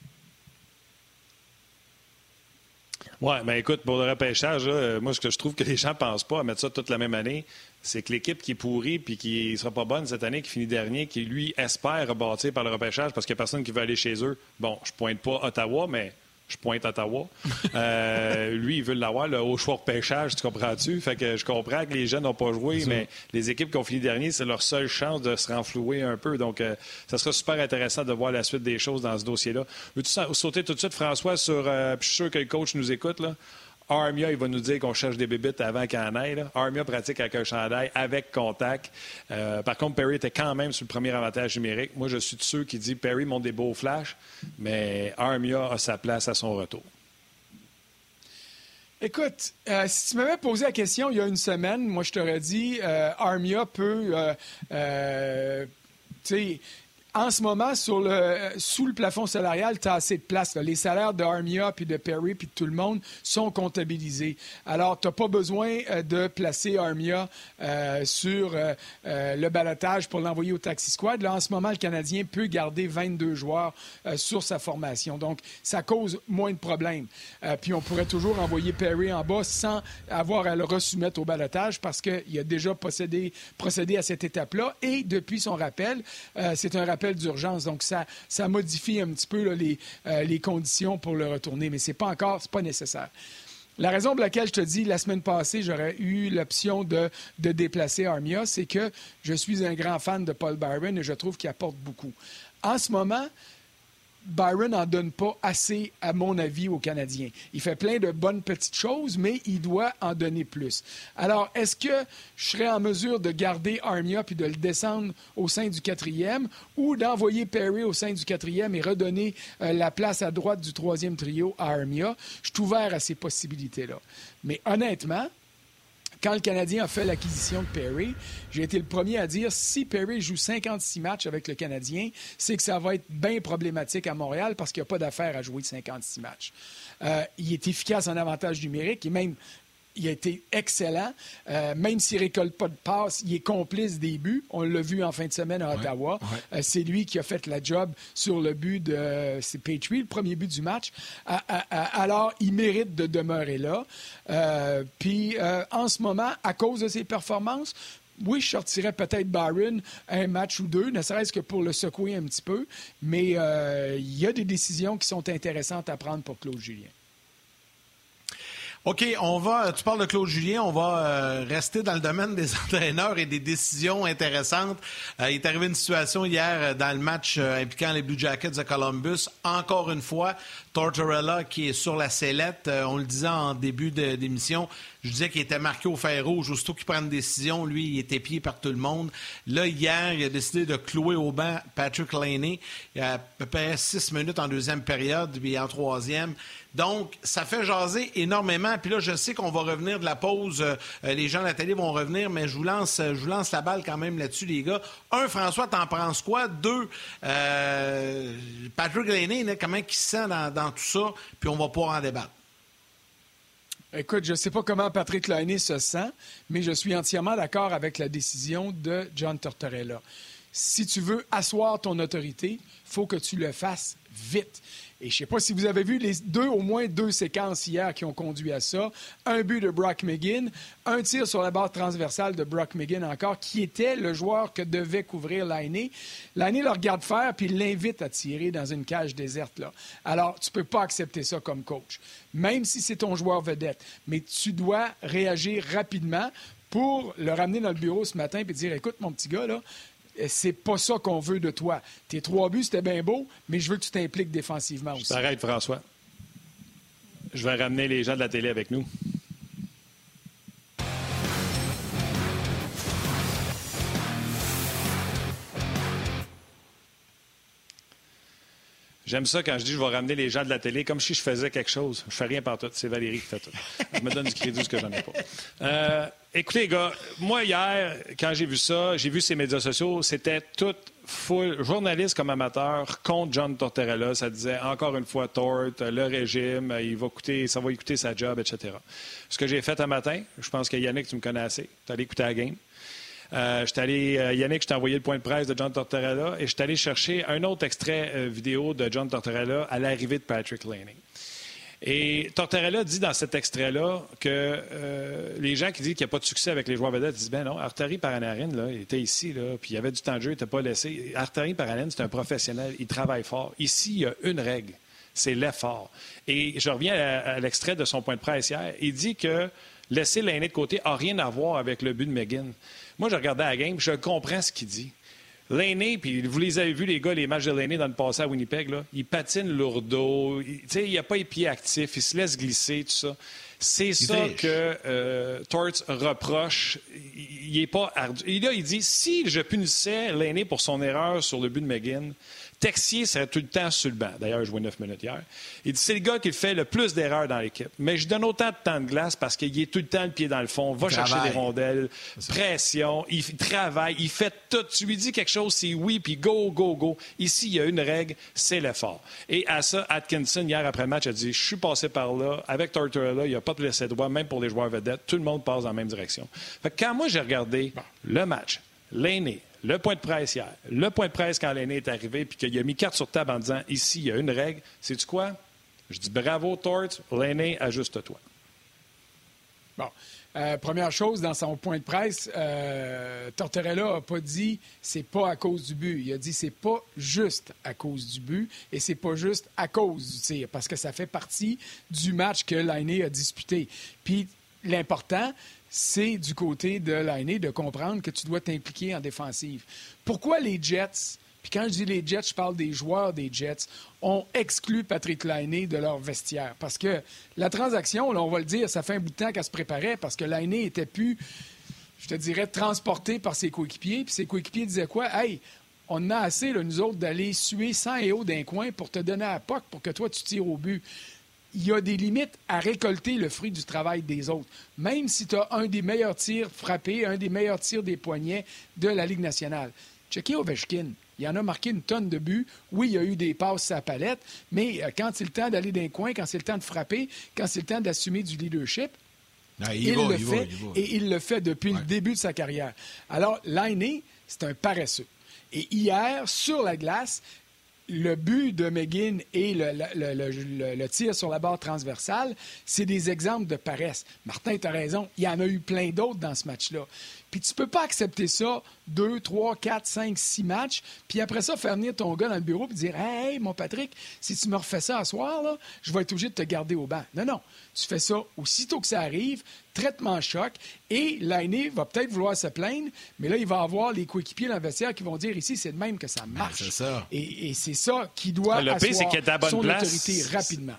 Oui, mais écoute, pour le repêchage, là, moi, ce que je trouve que les gens ne pensent pas à mettre ça toute la même année, c'est que l'équipe qui est pourrie puis qui ne sera pas bonne cette année, qui finit dernier, qui, lui, espère rebâtir par le repêchage parce qu'il n'y a personne qui veut aller chez eux. Bon, je pointe pas Ottawa, mais je pointe Ottawa. Lui, il veut l'avoir, le haut choix repêchage, tu comprends-tu? Fait que je comprends que les jeunes n'ont pas joué, mais les équipes qui ont fini dernier, c'est leur seule chance de se renflouer un peu. Donc, ça sera super intéressant de voir la suite des choses dans ce dossier-là. Veux-tu sauter tout de suite, François, sur... je suis sûr que le coach nous écoute, là. Armia, il va nous dire qu'on cherche des bébites avant qu'il en aille. Là. Armia pratique avec un chandail, avec contact. Par contre, Perry était quand même sur le premier avantage numérique. Moi, je suis de ceux qui disent Perry monte des beaux flashs, mais Armia a sa place à son retour. Écoute, si tu m'avais posé la question il y a une semaine, moi, je t'aurais dit Armia peut... tu sais... En ce moment, sous le plafond salarial, tu as assez de place. Là. Les salaires de Armia, puis de Perry, puis de tout le monde sont comptabilisés. Alors, tu n'as pas besoin de placer Armia sur le ballottage pour l'envoyer au Taxi Squad. Là, en ce moment, le Canadien peut garder 22 joueurs sur sa formation. Donc, ça cause moins de problèmes. Puis, on pourrait toujours envoyer Perry en bas sans avoir à le resoumettre au ballottage parce qu'il a déjà procédé à cette étape-là. Et depuis son rappel, c'est un rappel d'urgence. Donc, ça modifie un petit peu là, les conditions pour le retourner, mais c'est pas nécessaire. La raison pour laquelle je te dis, la semaine passée, j'aurais eu l'option de déplacer Armia, c'est que je suis un grand fan de Paul Byron et je trouve qu'il apporte beaucoup. En ce moment, Byron n'en donne pas assez, à mon avis, aux Canadiens. Il fait plein de bonnes petites choses, mais il doit en donner plus. Alors, est-ce que je serais en mesure de garder Armia puis de le descendre au sein du 4e ou d'envoyer Perry au sein du 4e et redonner la place à droite du 3e trio à Armia? Je suis ouvert à ces possibilités-là. Mais honnêtement, quand le Canadien a fait l'acquisition de Perry, j'ai été le premier à dire si Perry joue 56 matchs avec le Canadien, c'est que ça va être bien problématique à Montréal parce qu'il n'y a pas d'affaire à jouer 56 matchs. Il est efficace en avantage numérique et même il a été excellent. Même s'il ne récolte pas de passes, il est complice des buts. On l'a vu en fin de semaine à Ottawa. Ouais. C'est lui qui a fait la job sur le but de Petrie, le premier but du match. Alors, il mérite de demeurer là. Puis, en ce moment, à cause de ses performances, oui, je sortirais peut-être Byron un match ou deux, ne serait-ce que pour le secouer un petit peu. Mais il y a des décisions qui sont intéressantes à prendre pour Claude Julien. OK, tu parles de Claude Julien, on va rester dans le domaine des entraîneurs et des décisions intéressantes. Il est arrivé une situation hier dans le match impliquant les Blue Jackets de Columbus. Encore une fois, Tortorella qui est sur la sellette. On le disait en début d'émission, je disais qu'il était marqué au fer rouge. Aussitôt qu'il prend une décision, lui, il est épié par tout le monde. Là, hier, il a décidé de clouer au banc Patrick Laine. Il y a à peu près 6 minutes en deuxième période, puis en troisième. Donc, ça fait jaser énormément. Puis là, je sais qu'on va revenir de la pause. Les gens de la télé vont revenir, mais je vous lance la balle quand même là-dessus, les gars. Un, François, t'en penses quoi? Deux, Patrick Laine, comment il se sent dans tout ça? Puis on va pouvoir en débattre. Écoute, je ne sais pas comment Patrick Laine se sent, mais je suis entièrement d'accord avec la décision de John Tortorella. si tu veux asseoir ton autorité, il faut que tu le fasses vite. Et je ne sais pas si vous avez vu au moins deux séquences hier qui ont conduit à ça. Un but de Brock McGinn, un tir sur la barre transversale de Brock McGinn encore, qui était le joueur que devait couvrir Laine. Laine le regarde faire, puis l'invite à tirer dans une cage déserte. Là. Alors, tu ne peux pas accepter ça comme coach, même si c'est ton joueur vedette. Mais tu dois réagir rapidement pour le ramener dans le bureau ce matin et dire, écoute, mon petit gars, là, c'est pas ça qu'on veut de toi. Tes 3 buts, c'était bien beau, mais je veux que tu t'impliques défensivement aussi. Arrête, François. Je vais ramener les gens de la télé avec nous. J'aime ça quand je dis je vais ramener les gens de la télé, comme si je faisais quelque chose. Je fais rien par tout. C'est Valérie qui fait tout. Je me donne du crédit ce que j'en ai pas. Écoutez, les gars, moi, hier, quand j'ai vu ça, j'ai vu ces médias sociaux, c'était tout full, journalistes comme amateurs, contre John Tortorella. Ça disait, encore une fois, Tort, le régime, ça va écouter sa job, etc. Ce que j'ai fait un matin, je pense que Yannick, tu me connais assez. Tu es allé écouter la game. Yannick, je t'ai envoyé le point de presse de John Tortorella et je suis allé chercher un autre extrait vidéo de John Tortorella à l'arrivée de Patrick Laine. Et Tortorella dit dans cet extrait-là que les gens qui disent qu'il n'y a pas de succès avec les joueurs vedettes disent ben non, Arturi Paranarin, là, il était ici, là, puis il y avait du temps de jeu, il n'était pas laissé. Arturi Paranarin, c'est un professionnel, il travaille fort. Ici, il y a une règle, c'est l'effort. Et je reviens à l'extrait de son point de presse hier. Il dit que laisser Laine de côté n'a rien à voir avec le but de McGinn. Moi, je regardais la game, je comprends ce qu'il dit. Laine, puis vous les avez vus, les gars, les matchs de Laine dans le passé à Winnipeg, là, il patine lourdeau, il n'a pas les pieds actifs, il se laisse glisser, tout ça. C'est ça que Torts reproche. Il n'est pas ardu. Et là, il dit, si je punissais Laine pour son erreur sur le but de McGinn, Texier serait tout le temps sur le banc. D'ailleurs, je jouais 9 minutes hier. Il dit, c'est le gars qui fait le plus d'erreurs dans l'équipe. Mais je donne autant de temps de glace parce qu'il est tout le temps le pied dans le fond, va chercher des rondelles, pression, il travaille, il fait tout. Tu lui dis quelque chose, c'est oui, puis go, go, go. Ici, il y a une règle, c'est l'effort. Et à ça, Atkinson, hier après le match, a dit, je suis passé par là. Avec Tortorella, il n'y a pas de laisser droit, même pour les joueurs vedettes. Tout le monde passe dans la même direction. Fait que quand moi, j'ai regardé le match, Laine, le point de presse hier, le point de presse quand Laine est arrivé puis qu'il a mis carte sur table en disant « Ici, il y a une règle. » Sais-tu quoi? Je dis « Bravo, Tort. Laine, ajuste-toi. » Bon. Première chose, dans son point de presse, Tortorella n'a pas dit « c'est pas à cause du but ». Il a dit « c'est pas juste à cause du but et c'est pas juste à cause du tir » parce que ça fait partie du match que Laine a disputé. Puis l'important, c'est du côté de Laine de comprendre que tu dois t'impliquer en défensive. Pourquoi les Jets, puis quand je dis les Jets, je parle des joueurs des Jets, ont exclu Patrick Laine de leur vestiaire? Parce que la transaction, là, on va le dire, ça fait un bout de temps qu'elle se préparait parce que Laine était plus, je te dirais, transporté par ses coéquipiers. Puis ses coéquipiers disaient quoi? « Hey, on a assez, là, nous autres, d'aller suer sang et eau d'un coin pour te donner à la POC pour que toi, tu tires au but. » Il y a des limites à récolter le fruit du travail des autres. Même si tu as un des meilleurs tirs frappés, un des meilleurs tirs des poignets de la Ligue nationale. Checkez Ovechkin. Il en a marqué une tonne de buts. Oui, il y a eu des passes à la palette, mais quand c'est le temps d'aller dans les coins, quand c'est le temps de frapper, quand c'est le temps d'assumer du leadership, il le fait. Et il le fait depuis le début de sa carrière. Alors, Laine, c'est un paresseux. Et hier, sur la glace, le but de McGinn et le tir sur la barre transversale, c'est des exemples de paresse. Martin, tu as raison, il y en a eu plein d'autres dans ce match-là. Puis tu peux pas accepter ça 2, 3, 4, 5, 6 matchs, puis après ça, faire venir ton gars dans le bureau et dire « Hey, mon Patrick, si tu me refais ça à soir, là, je vais être obligé de te garder au banc. » Non. Tu fais ça aussitôt que ça arrive, traitement choc, et Laine va peut-être vouloir se plaindre, mais là, il va avoir les coéquipiers dans le vestiaire qui vont dire « Ici, c'est de même que ça marche. » C'est ça. Et c'est ça qui doit asseoir son autorité rapidement.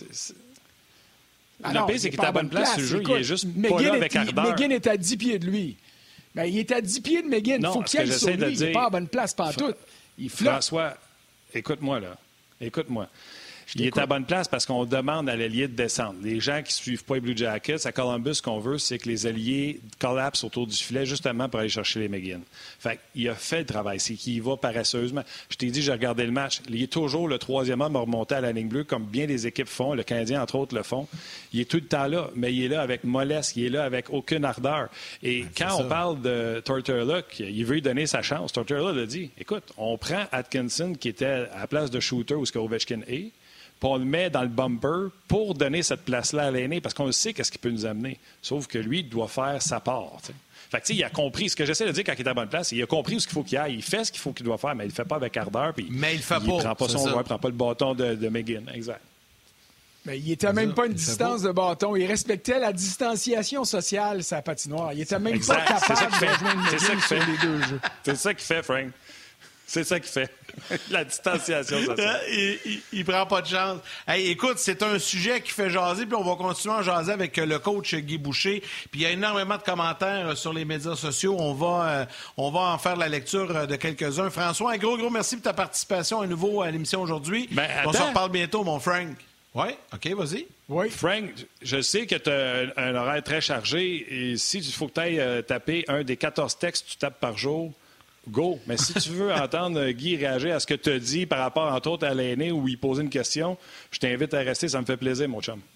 Le pire, c'est qu'il est à la bonne place sur le jeu. Il est juste pas là avec ardeur. McGinn est à 10 pieds de lui. Ben, il est à 10 pieds de McGinn. Il faut qu'il aille sur lui. Il n'est pas à la bonne place pantoute. Il flotte. François, écoute-moi, là. Écoute-moi. Il est à la bonne place parce qu'on demande à l'allié de descendre. Les gens qui ne suivent pas les Blue Jackets, à Columbus, ce qu'on veut, c'est que les alliés collapsent autour du filet justement pour aller chercher les McGinn. Fait qu'il a fait le travail. C'est qu'il y va paresseusement. Je t'ai dit, j'ai regardé le match. Il est toujours le troisième homme à remonter à la ligne bleue, comme bien des équipes font. Le Canadien, entre autres, le font. Il est tout le temps là, mais il est là avec mollesse. Il est là avec aucune ardeur. Et quand on parle de Tortorella, il veut lui donner sa chance, Tortorella l'a dit. Écoute, on prend Atkinson, qui était à la place de shooter où Ovechkin est, puis on le met dans le bumper pour donner cette place-là à l'aîné, parce qu'on sait qu'est-ce qu'il peut nous amener. Sauf que lui, il doit faire sa part. T'sais. Fait que, il a compris. Ce que j'essaie de dire quand il est à la bonne place, il a compris où il faut qu'il aille. Il fait ce qu'il doit faire, mais il ne le fait pas avec ardeur. Mais il ne fait pas. Il prend pas son joueur, il prend pas le bâton de McGinn. Exact. Mais il n'était même pas une distance de bâton. Il respectait la distanciation sociale, sa patinoire. Il n'était même pas capable de rejoindre McGinn sur les deux jeux. C'est ça qu'il fait, Frank. C'est ça qu'il fait. La distanciation sociale. Il prend pas de chance. Hey, écoute, c'est un sujet qui fait jaser, puis on va continuer à jaser avec le coach Guy Boucher. Puis il y a énormément de commentaires sur les médias sociaux. On va en faire la lecture de quelques-uns. François, un gros merci pour ta participation à nouveau à l'émission aujourd'hui. On se reparle bientôt, mon Frank. Oui? OK, vas-y. Oui. Frank, je sais que tu as un horaire très chargé et si il faut que tu ailles taper un des 14 textes que tu tapes par jour, go. Mais si tu veux entendre Guy réagir à ce que tu as dit par rapport, entre autres, à l'aîné où il posait une question, je t'invite à rester. Ça me fait plaisir, mon chum.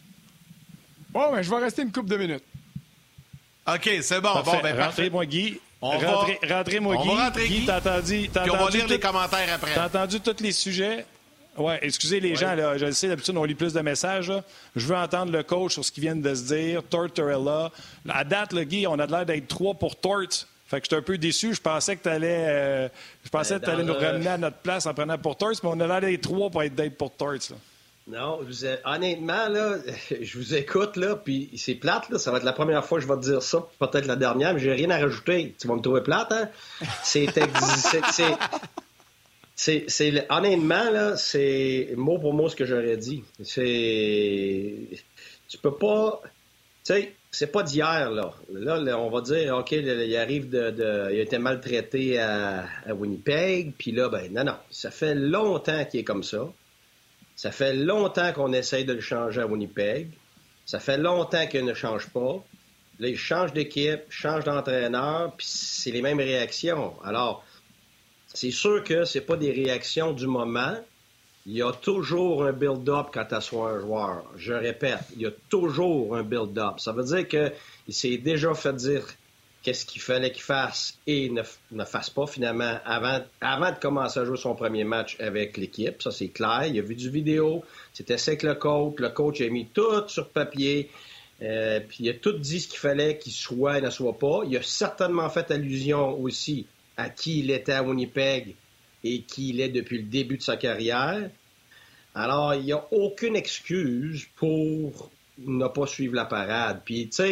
Bon, ben, je vais rester une couple de minutes. OK, c'est bon. Parfait. Bon, ben, rentrez-moi, Guy. On Rentrez-moi, Guy. va rentrer, Guy. T'as entendu, puis on va lire les commentaires après. T'as entendu tous les sujets? Oui, excusez les gens, là, je le sais, d'habitude, on lit plus de messages. Là. Je veux entendre le coach sur ce qu'ils viennent de se dire. Tortorella. À date, le Guy, on a l'air d'être 3 pour Tort. Fait que j'étais un peu déçu. Je pensais que tu allais, nous ramener à notre place en prenant pour Torts, mais on a l'air d'être 3 pour être pour Torts. Là. Non, honnêtement, là, je vous écoute, là, puis c'est plate, là, ça va être la première fois que je vais te dire ça, peut-être la dernière, mais j'ai rien à rajouter. Tu vas me trouver plate, hein? Honnêtement, là, c'est mot pour mot ce que j'aurais dit. Tu peux pas... Tu sais, c'est pas d'hier, là. Là, on va dire, OK, il arrive il a été maltraité à Winnipeg, puis là, ben non. Ça fait longtemps qu'il est comme ça. Ça fait longtemps qu'on essaye de le changer à Winnipeg. Ça fait longtemps qu'il ne change pas. Là, il change d'équipe, change d'entraîneur, puis c'est les mêmes réactions. Alors, c'est sûr que c'est pas des réactions du moment. Il y a toujours un build-up quand tu assois un joueur. Je répète, il y a toujours un build-up. Ça veut dire qu'il s'est déjà fait dire qu'est-ce qu'il fallait qu'il fasse et ne fasse pas finalement avant de commencer à jouer son premier match avec l'équipe. Ça, c'est clair. Il a vu du vidéo. C'était avec le coach. Le coach a mis tout sur papier. Puis il a tout dit ce qu'il fallait qu'il soit et ne soit pas. Il a certainement fait allusion aussi à qui il était à Winnipeg et qui il est depuis le début de sa carrière. Alors, il n'y a aucune excuse pour ne pas suivre la parade. Puis, tu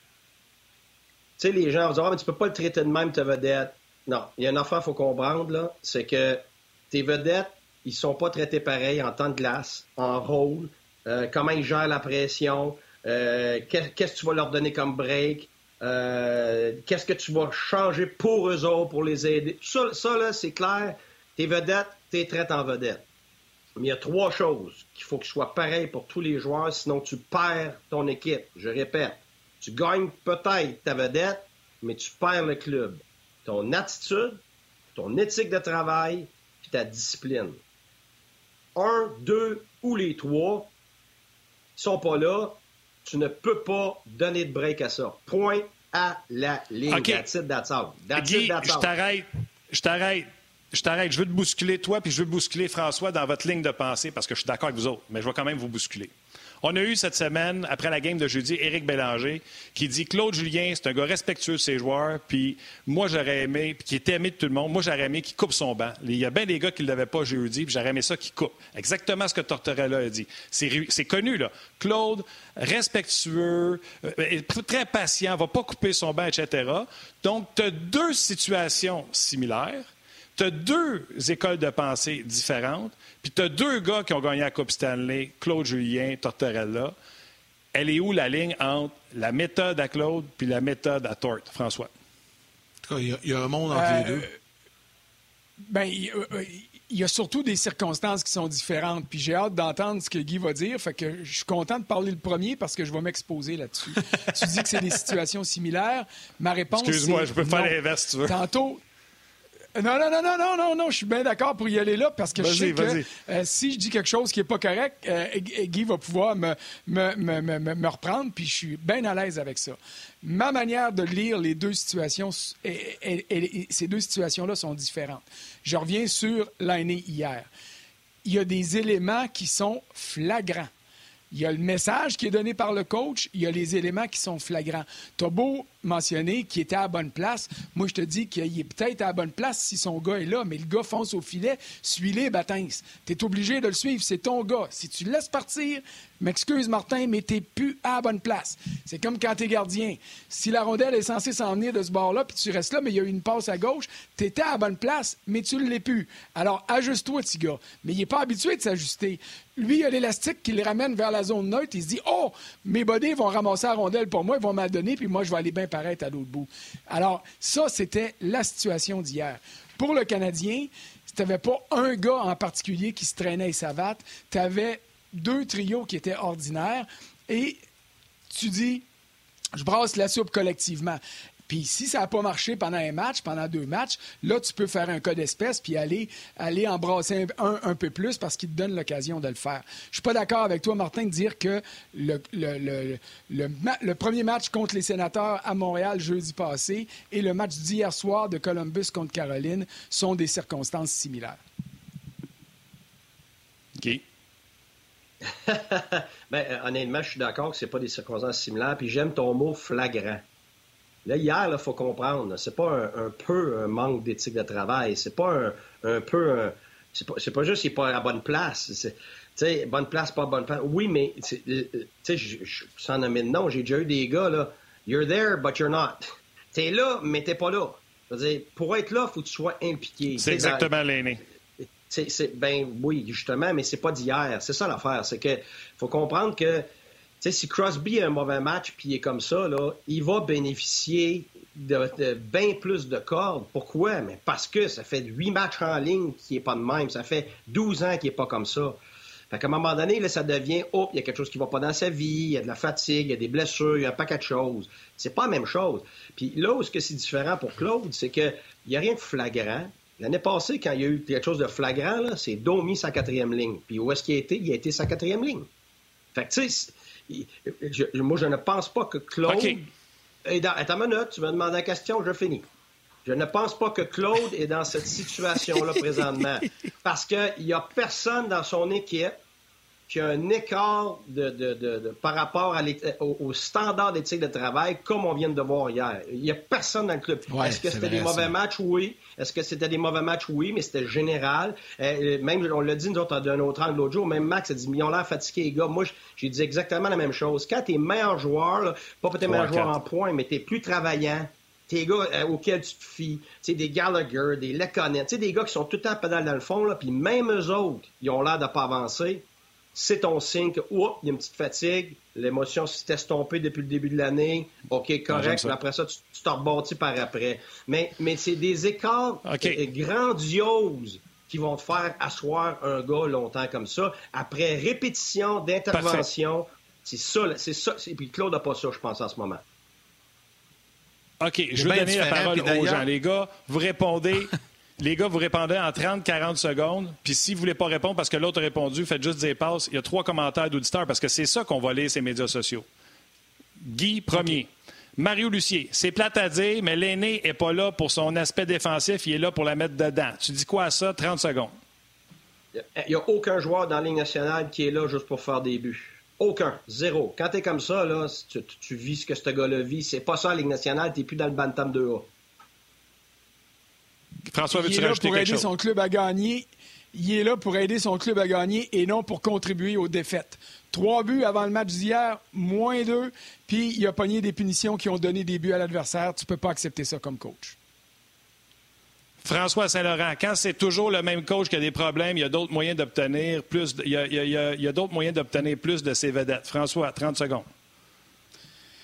sais, les gens vont dire « Ah, mais tu peux pas le traiter de même, ta vedette. » Non, il y a une affaire qu'il faut comprendre, là, c'est que tes vedettes, ils sont pas traités pareil en temps de glace, en rôle, comment ils gèrent la pression, qu'est-ce que tu vas leur donner comme break, qu'est-ce que tu vas changer pour eux autres, pour les aider. Ça là, c'est clair. Tes vedettes, t'es traites en vedette. Mais il y a 3 choses qu'il faut qu'ils soient pareils pour tous les joueurs, sinon tu perds ton équipe. Je répète, tu gagnes peut-être ta vedette, mais tu perds le club. Ton attitude, ton éthique de travail, puis ta discipline. 1, 2 ou les 3 ils sont pas là, tu ne peux pas donner de break à ça. Point à la ligne. Okay. That's it, that's all. Guy, je t'arrête. Je veux te bousculer, toi, puis je veux bousculer François dans votre ligne de pensée, parce que je suis d'accord avec vous autres, mais je vais quand même vous bousculer. On a eu cette semaine, après la game de jeudi, Éric Bélanger, qui dit Claude Julien, c'est un gars respectueux de ses joueurs, puis moi, j'aurais aimé, puis qui était aimé de tout le monde, moi, j'aurais aimé qu'il coupe son banc. Il y a bien des gars qui ne l'avaient pas jeudi, puis j'aurais aimé ça qu'il coupe. Exactement ce que Tortorella a dit. C'est connu, là. Claude, respectueux, très patient, va pas couper son banc, etc. Donc, tu as 2 situations similaires. Tu as 2 écoles de pensée différentes, puis tu as 2 gars qui ont gagné la Coupe Stanley, Claude Julien, Tortorella. Elle est où la ligne entre la méthode à Claude puis la méthode à Tort, François? En tout cas, il y a un monde entre les deux. Ben, il y a surtout des circonstances qui sont différentes. Puis j'ai hâte d'entendre ce que Guy va dire. Fait que je suis content de parler le premier parce que je vais m'exposer là-dessus. Tu dis que c'est des situations similaires. Ma réponse, excuse-moi, c'est je peux faire l'inverse si tu veux. Tantôt... Non, je suis bien d'accord pour y aller là parce que je sais que si je dis quelque chose qui n'est pas correct, Guy va pouvoir me reprendre, puis je suis bien à l'aise avec ça. Ma manière de lire les deux situations, ces deux situations-là sont différentes. Je reviens sur l'année hier. Il y a des éléments qui sont flagrants. Il y a le message qui est donné par le coach, il y a les éléments qui sont flagrants. T'as beau mentionner qu'il était à la bonne place. Moi, je te dis qu'il est peut-être à la bonne place si son gars est là, mais le gars fonce au filet, suis-les, Batins. T'es obligé de le suivre, c'est ton gars. Si tu le laisses partir, m'excuse, Martin, mais t'es plus à la bonne place. C'est comme quand t'es gardien. Si la rondelle est censée s'en venir de ce bord-là, puis tu restes là, mais il y a eu une passe à gauche, t'étais à la bonne place, mais tu ne l'es plus. Alors, ajuste-toi, petit gars. Mais il n'est pas habitué de s'ajuster. Lui, il a l'élastique qui le ramène vers la zone neutre. Il se dit, oh, mes bodés vont ramasser la rondelle pour moi, ils vont m'en donner, puis moi, je vais aller bien paraître à l'autre bout. Alors, ça, c'était la situation d'hier. Pour le Canadien, tu n'avais pas un gars en particulier qui se traînait et savate. Tu avais deux trios qui étaient ordinaires et tu dis, je brasse la soupe collectivement. Puis si ça n'a pas marché pendant un match, pendant 2 matchs, là, tu peux faire un cas d'espèce puis aller embrasser un peu plus parce qu'il te donne l'occasion de le faire. Je suis pas d'accord avec toi, Martin, de dire que le premier match contre les Sénateurs à Montréal jeudi passé et le match d'hier soir de Columbus contre Caroline sont des circonstances similaires. OK. Honnêtement, je suis d'accord que c'est pas des circonstances similaires. Puis j'aime ton mot flagrant. Là, hier, il faut comprendre, c'est pas un peu un manque d'éthique de travail. C'est pas un peu... C'est pas juste qu'il n'est pas à la bonne place. Tu sais, bonne place, pas bonne place. Oui, mais, tu sais, sans nommer de nom, j'ai déjà eu des gars, là, you're there, but you're not. T'es là, mais t'es pas là. Je veux dire, pour être là, il faut que tu sois impliqué. C'est exactement l'aîné. Ben oui, justement, mais c'est pas d'hier. C'est ça l'affaire. C'est que faut comprendre que si Crosby a un mauvais match puis il est comme ça, là, il va bénéficier de bien plus de cordes. Pourquoi? Mais parce que ça fait 8 matchs en ligne qui n'est pas de même. Ça fait 12 ans qu'il n'est pas comme ça. Fait qu'à un moment donné, là, ça devient « Oh, il y a quelque chose qui ne va pas dans sa vie, il y a de la fatigue, il y a des blessures, il y a un paquet de choses. » C'est pas la même chose. Puis là où c'est différent pour Claude, c'est qu'il n'y a rien de flagrant. L'année passée, quand il y a eu quelque chose de flagrant, là, c'est Domi sa 4e ligne. Puis où est-ce qu'il a été? Il a été sa 4e ligne. Fait que tu sais... Moi, je ne pense pas que Claude... Okay. Attends une minute, tu m'as demandé la question, je finis. Je ne pense pas que Claude est dans cette situation-là présentement. Parce qu'il n'y a personne dans son équipe qui a un écart par rapport au standard d'éthique de travail comme on vient de voir hier. Il n'y a personne dans le club. Ouais, Est-ce que c'était des mauvais matchs? Oui. Est-ce que c'était des mauvais matchs? Oui, mais c'était général. Même, on l'a dit, nous autres, d'un autre angle l'autre jour, même Max a dit, ils ont l'air fatigués, les gars. Moi, j'ai dit exactement la même chose. Quand t'es meilleur joueur, là, pas peut-être meilleur joueur en points, mais t'es plus travaillant, tes gars auxquels tu te fies, des Gallagher, des Lekonen, des gars qui sont tout le temps pédale dans le fond, là, puis même eux autres, ils ont l'air de pas avancer. C'est ton signe que, il y a une petite fatigue, l'émotion s'est estompée depuis le début de l'année, OK, correct, mais après ça, tu te rebâtis par après. Mais c'est des écarts grandioses qui vont te faire asseoir un gars longtemps comme ça, après répétition d'intervention. Parfait. C'est ça. Et puis Claude n'a pas ça, je pense, en ce moment. OK, je vais donner la parole aux gens. Les gars, vous répondez... Les gars, vous répondez en 30-40 secondes. Puis si vous ne voulez pas répondre parce que l'autre a répondu, faites juste des passes. Il y a 3 commentaires d'auditeurs parce que c'est ça qu'on va lire ces médias sociaux. Guy, premier. Okay. Mario Lucier, c'est plate à dire, mais l'aîné n'est pas là pour son aspect défensif. Il est là pour la mettre dedans. Tu dis quoi à ça? 30 secondes. Il n'y a aucun joueur dans la Ligue nationale qui est là juste pour faire des buts. Aucun. Zéro. Quand tu es comme ça, là, tu vis ce que ce gars-là vit. C'est pas ça la Ligue nationale. Tu n'es plus dans le bantam 2A. François, veux-tu rajouter quelque chose? Il est là pour aider son club à gagner. Il est là pour aider son club à gagner et non pour contribuer aux défaites. 3 buts avant le match d'hier, moins 2, puis il a pogné des punitions qui ont donné des buts à l'adversaire. Tu ne peux pas accepter ça comme coach. François Saint-Laurent, quand c'est toujours le même coach qui a des problèmes, il y a d'autres moyens d'obtenir plus. Il y a d'autres moyens d'obtenir plus de ses vedettes. François, 30 secondes.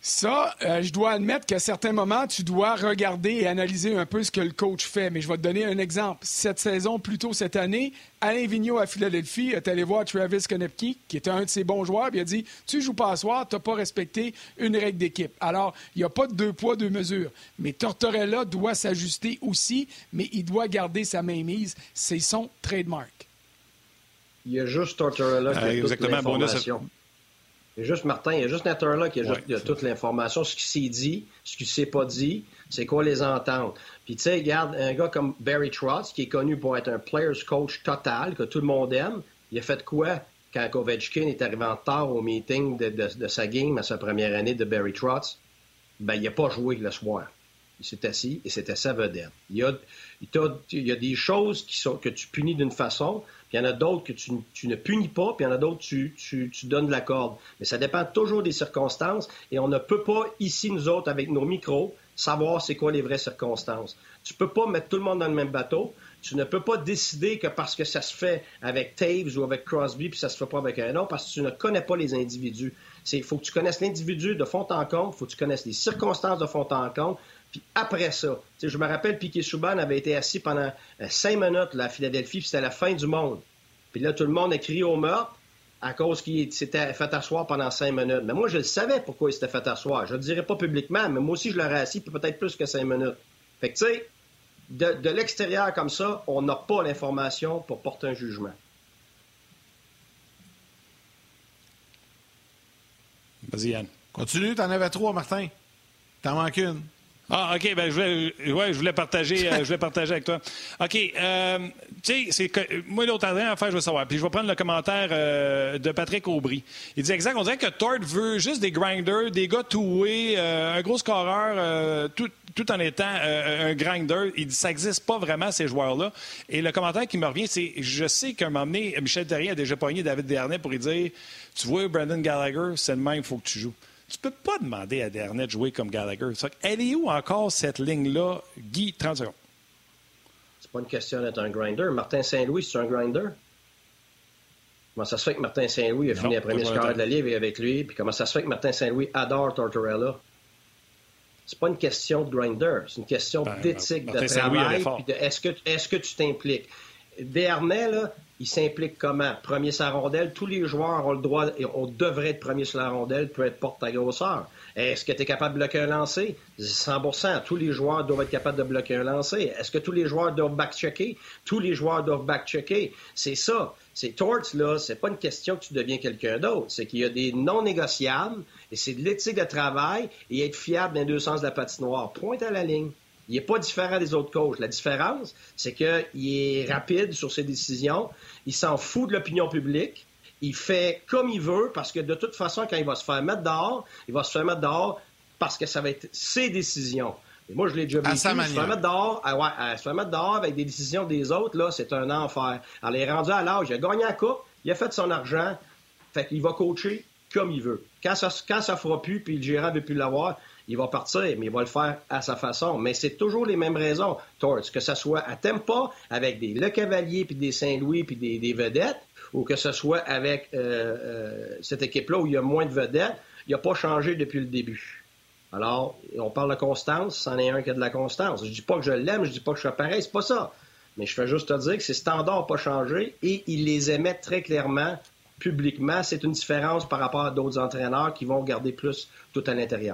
Ça, je dois admettre qu'à certains moments, tu dois regarder et analyser un peu ce que le coach fait. Mais je vais te donner un exemple. Cette saison, plus tôt cette année, Alain Vigneault à Philadelphie est allé voir Travis Konecny, qui était un de ses bons joueurs, puis il a dit « Tu joues pas à soir, tu n'as pas respecté une règle d'équipe. » Alors, il n'y a pas de 2 poids, 2 mesures. Mais Tortorella doit s'ajuster aussi, mais il doit garder sa mainmise. C'est son trademark. Il y a juste Tortorella qui a toute l'information. Il y a juste Martin, il y a juste Tortorella qui a toute l'information, ce qui s'est dit, ce qui ne s'est pas dit, c'est quoi les ententes. Puis tu sais, regarde, un gars comme Barry Trotz, qui est connu pour être un player's coach total, que tout le monde aime, il a fait quoi quand Ovechkin est arrivé en retard au meeting de sa game à sa première année de Barry Trotz? Ben, il n'a pas joué le soir. Il s'est assis et c'était sa vedette. Il y a des choses que tu punis d'une façon, puis il y en a d'autres que tu ne punis pas, puis il y en a d'autres que tu donnes de la corde. Mais ça dépend toujours des circonstances et on ne peut pas, ici, nous autres, avec nos micros, savoir c'est quoi les vraies circonstances. Tu ne peux pas mettre tout le monde dans le même bateau. Tu ne peux pas décider que parce que ça se fait avec Taves ou avec Crosby, puis ça se fait pas avec un autre, parce que tu ne connais pas les individus. Il faut que tu connaisses l'individu de fond en comble, il faut que tu connaisses les circonstances de fond en comble. Puis après ça, je me rappelle, Piquet Souban avait été assis pendant 5 minutes là, à Philadelphie, puis c'était la fin du monde. Puis là, tout le monde a crié au meurtre à cause qu'il s'était fait asseoir pendant 5 minutes. Mais moi, je le savais pourquoi il s'était fait asseoir. Je ne le dirais pas publiquement, mais moi aussi, je l'aurais assis, puis peut-être plus que 5 minutes. Fait que, tu sais, de l'extérieur comme ça, on n'a pas l'information pour porter un jugement. Vas-y, Yann. Continue, t'en avais 3, Martin. T'en manques une. Ah, OK, ben je voulais partager avec toi. OK, tu sais, c'est que moi, l'autre affaire, je veux savoir. Puis je vais prendre le commentaire de Patrick Aubry. Il dit exact, on dirait que Tord veut juste des grinders, des gars two-way, un gros scoreur, tout en étant un grinder. Il dit ça n'existe pas vraiment, ces joueurs-là. Et le commentaire qui me revient, c'est je sais qu'à un moment donné, Michel Therrien a déjà pogné David Desharnais pour lui dire tu vois, Brendan Gallagher, c'est le même, il faut que tu joues. Tu peux pas demander à Desharnais de jouer comme Gallagher. Elle est où encore cette ligne-là? Guy, 30 secondes. C'est pas une question d'être un grinder. Martin Saint-Louis, c'est un grinder? Comment ça se fait que Martin Saint-Louis a fini le premier score de la Ligue avec lui? Puis comment ça se fait que Martin Saint-Louis adore Tortorella? C'est pas une question de grinder. C'est une question d'éthique, de travail. Puis de est-ce que tu t'impliques? Desharnais, là, il s'implique comment? Premier sur la rondelle, tous les joueurs ont le droit, et on devrait être premier sur la rondelle, peu importe ta grosseur. Est-ce que tu es capable de bloquer un lancer? 100%. Tous les joueurs doivent être capables de bloquer un lancer. Est-ce que tous les joueurs doivent back-checker? Tous les joueurs doivent back-checker. C'est ça. C'est Torts, là, c'est pas une question que tu deviens quelqu'un d'autre. C'est qu'il y a des non négociables, et c'est de l'éthique de travail, et être fiable dans les deux sens de la patinoire. Pointe à la ligne. Il n'est pas différent des autres coachs. La différence, c'est qu'il est rapide sur ses décisions. Il s'en fout de l'opinion publique. Il fait comme il veut parce que de toute façon, quand il va se faire mettre dehors, il va se faire mettre dehors parce que ça va être ses décisions. Et moi, je l'ai déjà vécu. Se faire mettre dehors, se faire mettre dehors avec des décisions des autres, là, c'est un enfer. Alors, il est rendu à l'âge. Il a gagné la coupe. Il a fait son argent. Fait qu'il va coacher comme il veut. Quand ça fera plus, puis le gérant ne veut plus l'avoir, il va partir, mais il va le faire à sa façon. Mais c'est toujours les mêmes raisons. Torts, que ce soit à Tampa, avec des Le Cavalier, puis des Saint-Louis, puis des vedettes, ou que ce soit avec cette équipe-là où il y a moins de vedettes, il n'a pas changé depuis le début. Alors, on parle de constance, c'en est un qui a de la constance. Je dis pas que je l'aime, je dis pas que je suis pareil, c'est pas ça. Mais je fais juste te dire que ses standards n'ont pas changé et il les émet très clairement, publiquement. C'est une différence par rapport à d'autres entraîneurs qui vont garder plus tout à l'intérieur.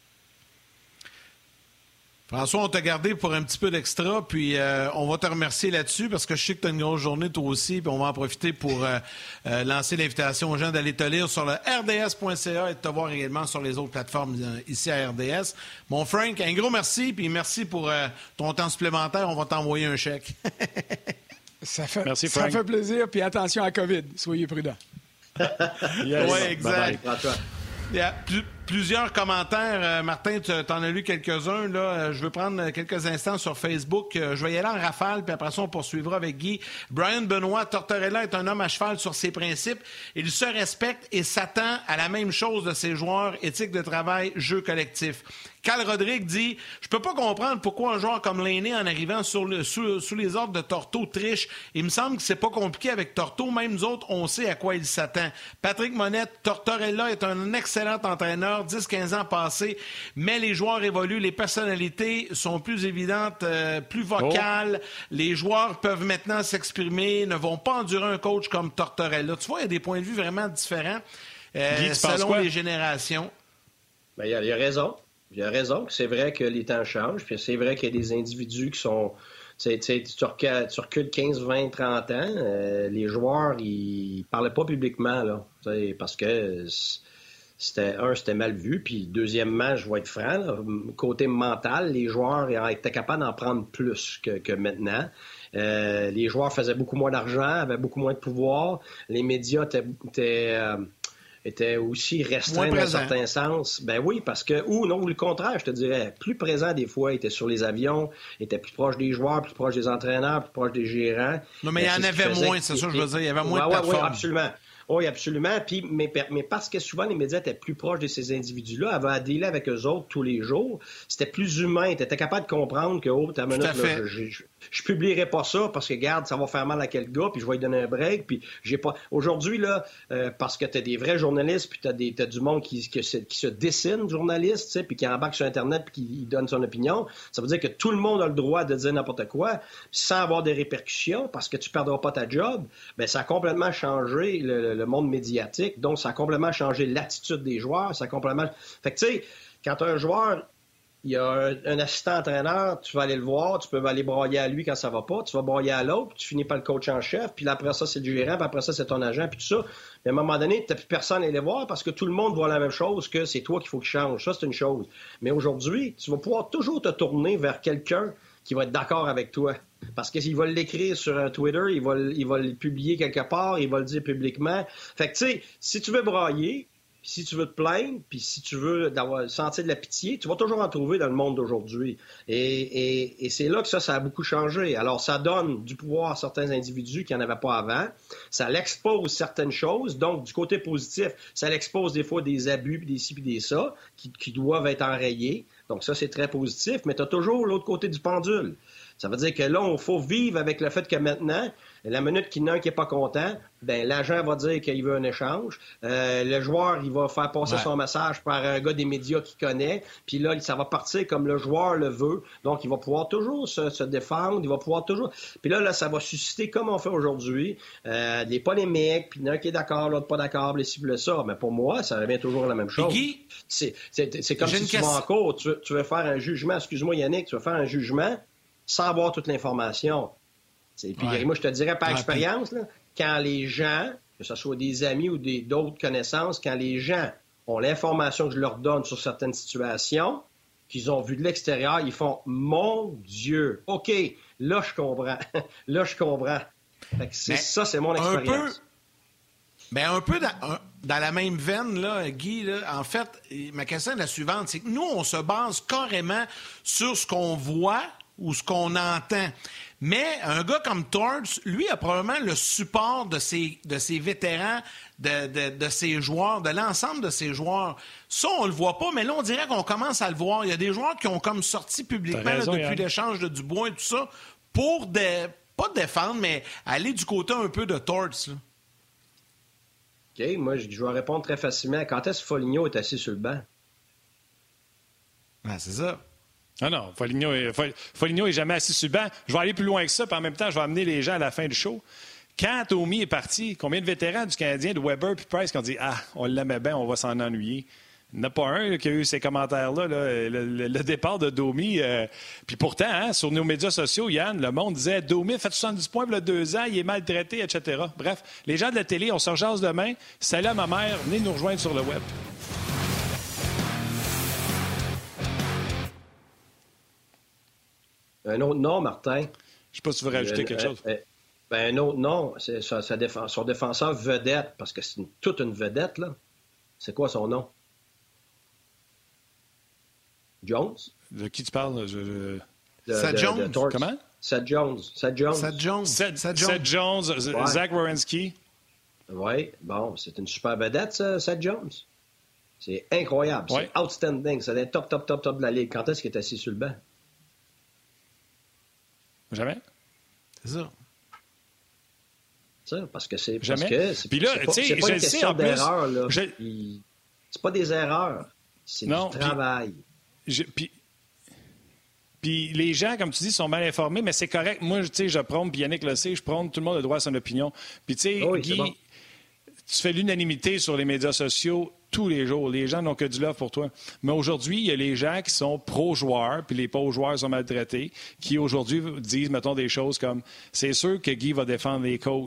François, on t'a gardé pour un petit peu d'extra, puis on va te remercier là-dessus parce que je sais que tu as une grosse journée toi aussi, puis on va en profiter pour lancer l'invitation aux gens d'aller te lire sur le rds.ca et de te voir également sur les autres plateformes ici à RDS. Mon Frank, un gros merci, puis merci pour ton temps supplémentaire. On va t'envoyer un chèque. Merci, Frank. Ça fait plaisir, puis attention à la COVID. Soyez prudents. Yes. Oui, exact. Bye bye. Il y a plusieurs commentaires. Martin, tu en as lu quelques-uns. Là. Je veux prendre quelques instants sur Facebook. Je vais y aller en rafale, puis après ça, on poursuivra avec Guy. Brian Benoît, Tortorella est un homme à cheval sur ses principes. Il se respecte et s'attend à la même chose de ses joueurs. Éthique de travail, jeu collectif. Carl Rodrigue dit « Je peux pas comprendre pourquoi un joueur comme Lainé, en arrivant sous les ordres de Torto, triche. Il me semble que c'est pas compliqué avec Torto. Même nous autres, on sait à quoi il s'attend. » Patrick Monette, Tortorella est un excellent entraîneur. meilleur 10-15 ans passés, mais les joueurs évoluent, les personnalités sont plus évidentes, plus vocales, les joueurs peuvent maintenant s'exprimer, ne vont pas endurer un coach comme Tortorella. Tu vois, il y a des points de vue vraiment différents selon les générations. Ben, il a raison. Il a raison. C'est vrai que les temps changent, puis c'est vrai qu'il y a des individus qui sont... Tu recules 15, 20, 30 ans, les joueurs, ils parlaient pas publiquement, là, parce que c'était mal vu, puis deuxièmement, je vais être franc, là, côté mental, les joueurs étaient capables d'en prendre plus que maintenant. Les joueurs faisaient beaucoup moins d'argent, avaient beaucoup moins de pouvoir. Les médias étaient aussi restreints dans un certain sens. Ben oui, parce que, ou le contraire, je te dirais, plus présent des fois, étaient sur les avions, étaient plus proches des joueurs, plus proches des entraîneurs, plus proches des gérants. Non, mais il y en avait moins, c'est ça que je veux dire, il y avait moins de plateformes. Oui, absolument. Oui, absolument. Puis, mais parce que souvent, les médias étaient plus proches de ces individus-là, avaient à dealer avec eux autres tous les jours. C'était plus humain. Tu étais capable de comprendre que, ta minute, là, je publierai pas ça parce que, regarde, ça va faire mal à quel gars, puis je vais lui donner un break. Puis, j'ai pas. Aujourd'hui, là, parce que tu as des vrais journalistes, puis t'as du monde qui se dessine journaliste, tu sais, puis qui embarque sur Internet, puis qui donne son opinion. Ça veut dire que tout le monde a le droit de dire n'importe quoi, sans avoir des répercussions, parce que tu perdras pas ta job. Ben, ça a complètement changé le monde médiatique. Donc, ça a complètement changé l'attitude des joueurs. Ça a complètement... Fait que, tu sais, quand un joueur, il y a un assistant-entraîneur, tu vas aller le voir, tu peux aller broyer à lui quand ça va pas, tu vas broyer à l'autre, puis tu finis par le coach en chef, puis après ça, c'est le gérant, puis après ça, c'est ton agent, puis tout ça. Mais à un moment donné, tu n'as plus personne à aller voir parce que tout le monde voit la même chose, que c'est toi qu'il faut qu'il change. Ça, c'est une chose. Mais aujourd'hui, tu vas pouvoir toujours te tourner vers quelqu'un qui va être d'accord avec toi. Parce qu'il va l'écrire sur un Twitter, il va le publier quelque part, il va le dire publiquement. Fait que, tu sais, si tu veux brailler, si tu veux te plaindre, puis si tu veux sentir de la pitié, tu vas toujours en trouver dans le monde d'aujourd'hui. Et c'est là que ça a beaucoup changé. Alors, ça donne du pouvoir à certains individus qui n'en avaient pas avant. Ça l'expose certaines choses. Donc, du côté positif, ça l'expose des fois des abus, puis des ci, puis des ça, qui doivent être enrayés. Donc, ça, c'est très positif. Mais tu as toujours l'autre côté du pendule. Ça veut dire que là, il faut vivre avec le fait que maintenant, la minute qu'il y en a un qui n'est pas content, ben l'agent va dire qu'il veut un échange. Le joueur, il va faire passer son message par un gars des médias qu'il connaît. Puis là, ça va partir comme le joueur le veut. Donc, il va pouvoir toujours se défendre. Il va pouvoir toujours... Puis là, ça va susciter, comme on fait aujourd'hui, des polémiques. Puis il y en a un qui est d'accord, l'autre pas d'accord, les cibles ça. Mais pour moi, ça revient toujours à la même chose. Guy, c'est comme si tu vas en cours. Tu veux faire un jugement. Excuse-moi, Yannick, tu veux faire un jugement sans avoir toute l'information. Puis moi, je te dirais par expérience, là, quand les gens, que ce soit des amis ou d'autres connaissances, quand les gens ont l'information que je leur donne sur certaines situations, qu'ils ont vu de l'extérieur, ils font « Mon Dieu! OK, là, je comprends. Là, je comprends. » Ça, c'est mon expérience. Un peu dans la même veine, là, Guy, là, en fait, ma question est la suivante, c'est que nous, on se base carrément sur ce qu'on voit ou ce qu'on entend. Mais un gars comme Torts, lui, a probablement le support de ses vétérans, de ses joueurs, de l'ensemble de ses joueurs. Ça, on le voit pas, mais là, on dirait qu'on commence à le voir. Il y a des joueurs qui ont comme sorti publiquement depuis l'échange de Dubois et tout ça pour, pas défendre, mais aller du côté un peu de Torts. Là. OK, moi, je vais répondre très facilement. Quand est-ce que Foligno est assis sur le banc? Ah, c'est ça. Ah non, Foligno est jamais assis sur le banc. Je vais aller plus loin que ça, puis en même temps, je vais amener les gens à la fin du show. Quand Domi est parti, combien de vétérans du Canadien, de Weber puis Price, qui ont dit « Ah, on l'aimait bien, on va s'en ennuyer ». Il n'y en a pas un qui a eu ces commentaires-là, le départ de Domi. Puis pourtant, sur nos médias sociaux, Yann, le monde disait « Domi fait 70 points il y a 2 ans, il est maltraité, etc. » Bref, les gens de la télé, on se rejase demain. Salut à ma mère, venez nous rejoindre sur le web. Un autre nom, Martin. Je ne sais pas si tu veux rajouter quelque chose. Un autre nom, c'est son défenseur vedette, parce que c'est toute une vedette, là. C'est quoi son nom? Jones? De qui tu parles? Seth Jones? Comment? Seth Jones. Seth Jones, ouais. Zach Werenski. Oui, bon, c'est une super vedette, ça, Seth Jones. C'est incroyable. Ouais. C'est outstanding. C'est le top de la Ligue. Quand est-ce qu'il est assis sur le banc? Jamais. C'est ça. Ça, parce que c'est... Jamais. Parce que puis là, tu sais, c'est pas une question d'erreur, là. C'est C'est pas des erreurs. C'est du travail. Puis les gens, comme tu dis, sont mal informés, mais c'est correct. Moi, tu sais, je prône, puis Yannick le sait, je prône, tout le monde a droit à son opinion. Puis tu sais, Guy, bon. Tu fais l'unanimité sur les médias sociaux tous les jours. Les gens n'ont que du love pour toi. Mais aujourd'hui, il y a les gens qui sont pro-joueurs, puis les pro-joueurs sont maltraités, qui aujourd'hui disent, mettons, des choses comme « C'est sûr que Guy va défendre les coachs. »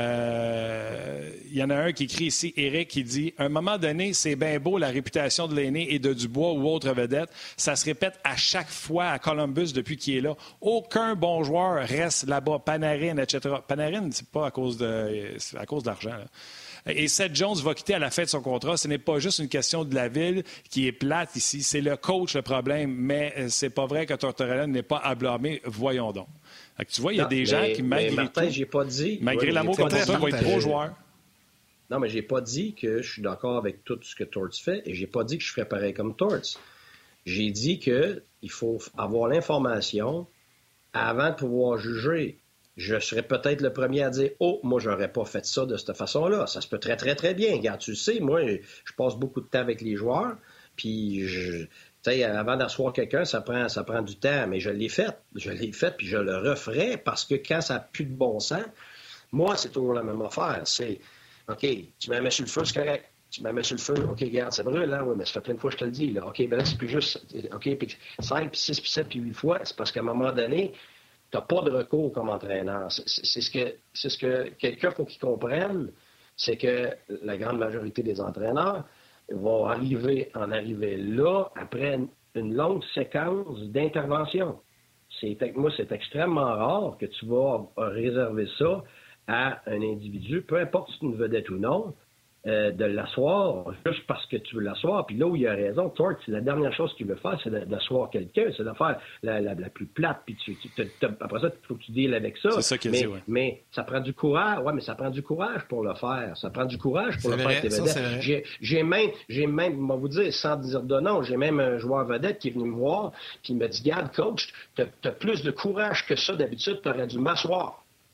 Il y en a un qui écrit ici, Eric, qui dit « À un moment donné, c'est bien beau la réputation de l'aîné et de Dubois ou autre vedette. Ça se répète à chaque fois à Columbus depuis qu'il est là. Aucun bon joueur reste là-bas. Panarin, etc. » Panarin, c'est pas à cause d'argent, là. Et Seth Jones va quitter à la fin de son contrat. Ce n'est pas juste une question de la ville qui est plate ici. C'est le coach le problème. Mais c'est pas vrai que Tortorella n'est pas à blâmer. Voyons donc. Donc, tu vois, il y a des gens qui, malgré Martin, tout, j'ai pas dit, malgré l'amour qu'on a, vont être pro-joueurs. Non, mais j'ai pas dit que je suis d'accord avec tout ce que Torts fait et j'ai pas dit que je ferais pareil comme Torts. J'ai dit qu'il faut avoir l'information avant de pouvoir juger. Je serais peut-être le premier à dire « Oh, moi, j'aurais pas fait ça de cette façon-là. » Ça se peut très, très, très bien. Regarde, tu sais, moi, je passe beaucoup de temps avec les joueurs, puis, tu sais, avant d'asseoir quelqu'un, ça prend du temps, mais je l'ai fait. Puis je le referai parce que quand ça n'a plus de bon sens, moi, c'est toujours la même affaire. C'est « OK, tu m'as mis sur le feu, c'est correct. Tu m'as mis sur le feu. OK, regarde, ça brûle, hein? Oui, mais ça fait plein de fois que je te le dis, là. OK, ben là, c'est plus juste... OK, puis 5, puis 6, puis 7, puis 8 fois. C'est parce qu'à un moment donné... Tu n'as pas de recours comme entraîneur. C'est ce que quelqu'un faut qu'il comprenne, c'est que la grande majorité des entraîneurs vont en arriver là après une longue séquence d'intervention. Moi, c'est extrêmement rare que tu vas réserver ça à un individu, peu importe si c'est une vedette ou non, de l'asseoir juste parce que tu veux l'asseoir. Puis là où il a raison, Torts, la dernière chose qu'il veut faire, c'est d'asseoir quelqu'un, c'est de faire la plus plate. Puis après ça, il faut que tu deals avec ça. C'est ça qu'il dit, ouais. Mais ça prend du courage. Ouais, mais ça prend du courage pour le faire. Ça prend du courage pour le faire. Tes vedettes. J'ai même, je vais vous dire, sans dire de nom, j'ai même un joueur vedette qui est venu me voir, puis il m'a dit, regarde, coach, t'as plus de courage que ça. D'habitude, t'aurais dû m'asseoir.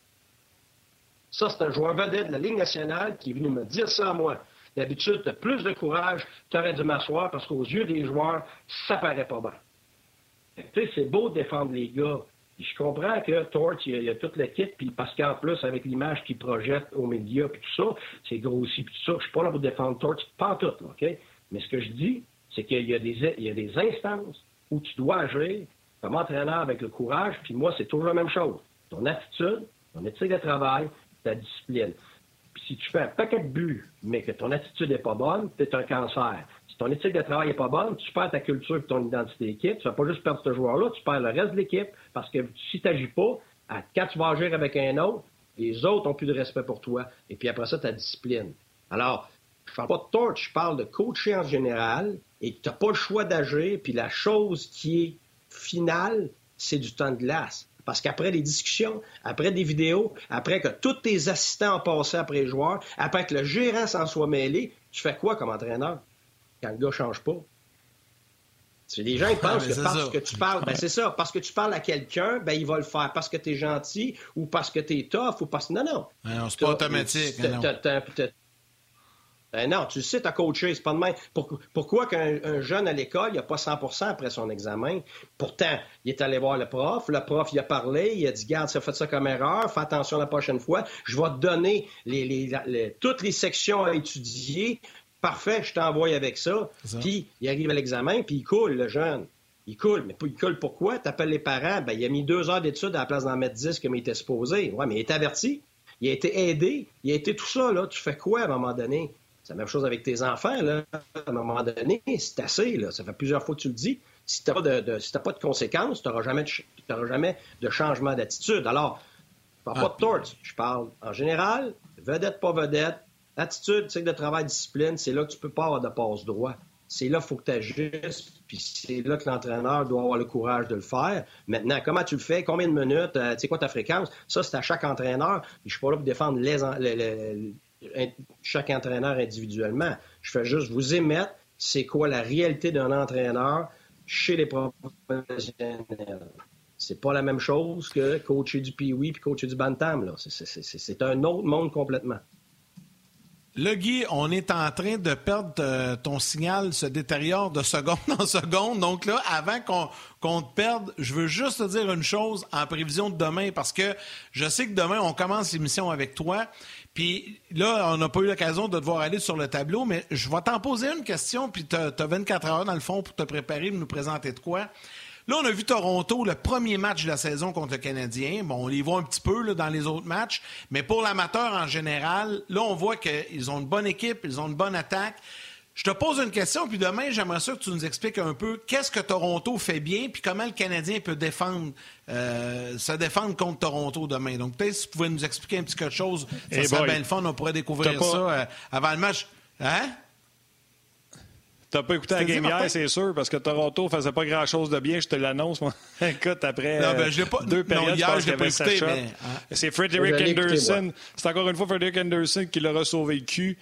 Ça, c'est un joueur vedette de la Ligue nationale qui est venu me dire ça à moi. D'habitude, tu as plus de courage, tu aurais dû m'asseoir parce qu'aux yeux des joueurs, ça paraît pas bien. Tu sais, c'est beau de défendre les gars. Puis je comprends que Torts, il y a toute l'équipe, puis parce qu'en plus, avec l'image qu'il projette aux médias, puis tout ça, c'est grossi, puis tout ça. Je suis pas là pour défendre Torts, pas en tout, là, OK? Mais ce que je dis, c'est qu'il y a des instances où tu dois agir comme entraîneur avec le courage, puis moi, c'est toujours la même chose. Ton attitude, ton éthique de travail, ta discipline. Puis si tu fais un paquet de buts, mais que ton attitude n'est pas bonne, tu es un cancer. Si ton éthique de travail n'est pas bonne, tu perds ta culture et ton identité d'équipe. Tu ne vas pas juste perdre ce joueur-là, tu perds le reste de l'équipe parce que si tu n'agis pas, quand tu vas agir avec un autre, les autres n'ont plus de respect pour toi. Et puis après ça, ta discipline. Alors, je ne parle pas de Torts, je parle de coacher en général et tu n'as pas le choix d'agir. Puis la chose qui est finale, c'est du temps de glace. Parce qu'après les discussions, après des vidéos, après que tous tes assistants ont passé après les joueurs, après que le gérant s'en soit mêlé, tu fais quoi comme entraîneur quand le gars ne change pas? C'est des gens qui pensent que parce que tu parles, c'est ça, parce que tu parles à quelqu'un, il va le faire parce que tu es gentil ou parce que tu es tough ou parce que... Non, c'est pas automatique. Non, tu le sais, tu as coaché, c'est pas de même. Pourquoi qu'un jeune à l'école, il n'a pas 100% après son examen? Pourtant, il est allé voir le prof il a parlé, il a dit, garde, ça fait ça comme erreur, fais attention la prochaine fois, je vais te donner toutes les sections à étudier, parfait, je t'envoie avec ça. Puis, il arrive à l'examen, puis il coule, le jeune. Il coule, mais il coule pourquoi? Tu appelles les parents, il a mis 2 heures d'études à la place d'en mettre 10 comme il était supposé. Ouais, mais il est averti, il a été aidé, il a été tout ça, là. Tu fais quoi à un moment donné? C'est la même chose avec tes enfants, là. À un moment donné, c'est assez, là. Ça fait plusieurs fois que tu le dis. Si tu n'as pas de conséquences, tu n'auras jamais de changement d'attitude. Alors, je ne parle pas de Torts. Je parle en général, vedette, pas vedette, attitude, cycle de travail, discipline, c'est là que tu ne peux pas avoir de passe-droit. C'est là qu'il faut que tu agisses, puis c'est là que l'entraîneur doit avoir le courage de le faire. Maintenant, comment tu le fais? Combien de minutes? Tu sais quoi ta fréquence? Ça, c'est à chaque entraîneur. Puis je ne suis pas là pour défendre chaque entraîneur individuellement. Je fais juste vous émettre c'est quoi la réalité d'un entraîneur chez les professionnels. C'est pas la même chose que coacher du pee-wee puis coacher du bantam, là. C'est un autre monde complètement. Là, Guy, on est en train de perdre ton signal, se détériore de seconde en seconde. Donc là, avant qu'on te perde, je veux juste te dire une chose en prévision de demain, parce que je sais que demain, on commence l'émission avec toi. Puis là, on n'a pas eu l'occasion de devoir aller sur le tableau, mais je vais t'en poser une question, puis tu as 24 heures dans le fond pour te préparer, de nous présenter de quoi. Là, on a vu Toronto, le premier match de la saison contre le Canadien. Bon, on les voit un petit peu là, dans les autres matchs, mais pour l'amateur en général, là, on voit qu'ils ont une bonne équipe, ils ont une bonne attaque. Je te pose une question, puis demain, j'aimerais ça que tu nous expliques un peu qu'est-ce que Toronto fait bien, puis comment le Canadien peut se défendre contre Toronto demain. Donc, peut-être si tu pouvais nous expliquer un petit quelque chose, ça serait bien le fun, on pourrait découvrir ça avant le match. Hein? T'as pas écouté la game hier, c'est sûr, parce que Toronto faisait pas grand-chose de bien, je te l'annonce, moi. Écoute, après deux périodes, hier, je pense qu'il y avait mais... C'est Frederick Anderson. C'est encore une fois Frederick Anderson qui leur a sauvé le cul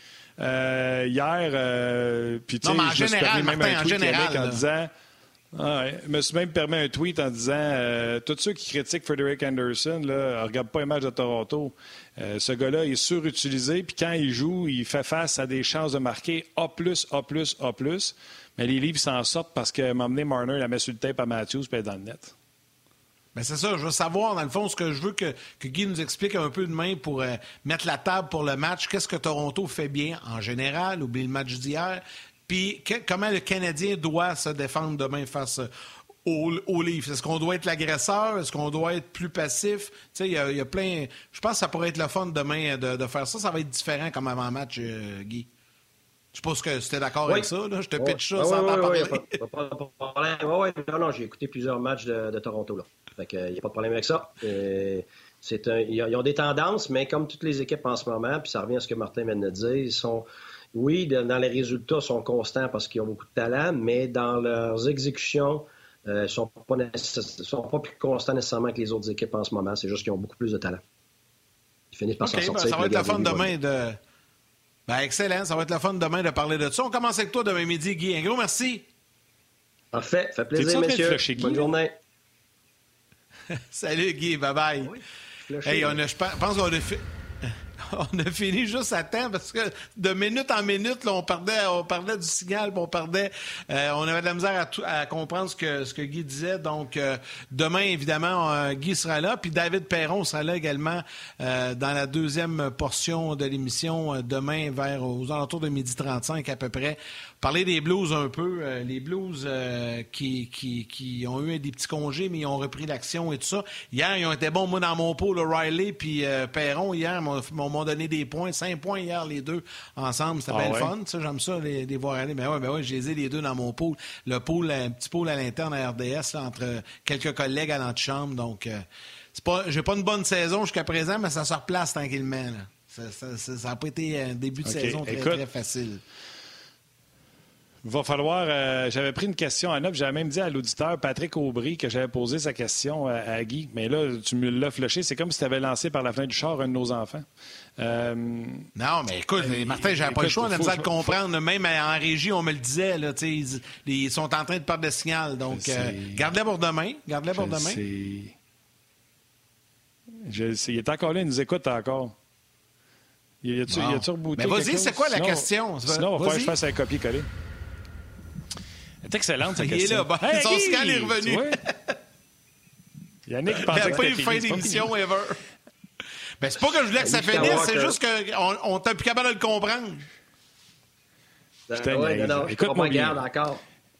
hier. Puis, tu sais, je me suis permis même un tweet en disant... je me suis même permis un tweet en disant tous ceux qui critiquent Frederick Anderson, là, regardent pas les matchs de Toronto. Ce gars-là est surutilisé, puis quand il joue, il fait face à des chances de marquer A+, A+, A+. Mais les livres s'en sortent parce qu'à un moment donné, Marner la met sur le tape à Matthews puis elle est dans le net. Bien, c'est ça. Je veux savoir, dans le fond, ce que je veux que Guy nous explique un peu demain pour mettre la table pour le match. Qu'est-ce que Toronto fait bien en général? Oublie le match d'hier. Puis comment le Canadien doit se défendre demain face au Leafs. Est-ce qu'on doit être l'agresseur? Est-ce qu'on doit être plus passif? Tu sais, il y a plein... Je pense que ça pourrait être le fun demain de faire ça. Ça va être différent comme avant-match, Guy. Je pense que tu es d'accord avec ça. Là. Je te pitch ça sans t'en parler. Pas de problème. Non, j'ai écouté plusieurs matchs de Toronto. Là. Fait que, il n'y a pas de problème avec ça. Ils ont des tendances, mais comme toutes les équipes en ce moment, puis ça revient à ce que Martin vient de dire, ils sont... Oui, dans les résultats, ils sont constants parce qu'ils ont beaucoup de talent, mais dans leurs exécutions, ils ne sont pas plus constants nécessairement que les autres équipes en ce moment. C'est juste qu'ils ont beaucoup plus de talent. Ils finissent par s'en sortir. Ça va être le fun demain de... excellent. Ça va être le fun demain de parler de ça. On commence avec toi demain midi, Guy. Un gros merci. Parfait. Ça fait plaisir, messieurs. Bonne journée. Salut, Guy. Bye-bye. Oui, je pense qu'on a fait... On a fini juste à temps parce que de minute en minute, là, on perdait du signal, puis on avait de la misère à comprendre ce que Guy disait. Donc, demain, évidemment, Guy sera là, puis David Perron sera là également dans la deuxième portion de l'émission demain aux alentours de 12h35 à peu près. Parler des Blues un peu, les Blues qui ont eu des petits congés, mais ils ont repris l'action et tout ça. Hier, ils ont été bons, moi, dans mon pot, Riley puis Perron, hier, m'ont donné des points, 5 points hier, les deux ensemble. C'était bien le fun, ça, j'aime ça, les voir aller. Ben ouais, je les ai les deux dans mon pool. Le pool, un petit pool à l'interne à RDS, là, entre quelques collègues à l'antichambre. Donc, j'ai pas une bonne saison jusqu'à présent, mais ça se replace tranquillement. Là. Ça n'a pas été un début de saison très facile. Il va falloir... j'avais pris une question à note, j'avais même dit à l'auditeur Patrick Aubry que j'avais posé sa question à Guy. Mais là, tu me l'as flushé. C'est comme si tu avais lancé par la fenêtre du char un de nos enfants. Non, mais écoute, Martin, j'avais pas le choix. On a besoin de comprendre. Même en régie, on me le disait. Là, ils sont en train de perdre le signal. Donc, garde-les pour demain. Il est encore là, il nous écoute encore. Y a-tu rebooté? Mais vas-y, c'est quoi la question? Sinon, on va faire que je fasse un copier-coller. C'est excellente, cette question. Il est là. Hey, son scan est revenu. Yannick pensait que c'était pas eu fin d'émission ever. Ben, c'est pas que je voulais que ça finisse, c'est juste qu'on t'a plus capable de le comprendre. Non, écoute-moi bien. Encore.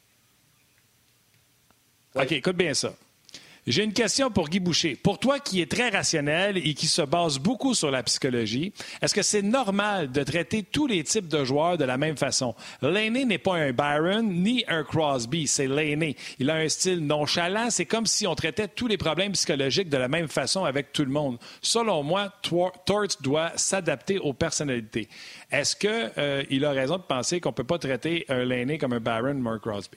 OK, écoute bien ça. J'ai une question pour Guy Boucher. Pour toi qui est très rationnel et qui se base beaucoup sur la psychologie, est-ce que c'est normal de traiter tous les types de joueurs de la même façon? Laine n'est pas un Byron ni un Crosby, c'est Laine. Il a un style nonchalant. C'est comme si on traitait tous les problèmes psychologiques de la même façon avec tout le monde. Selon moi, Torts doit s'adapter aux personnalités. Est-ce qu'il a raison de penser qu'on ne peut pas traiter un Laine comme un Byron ou un Crosby?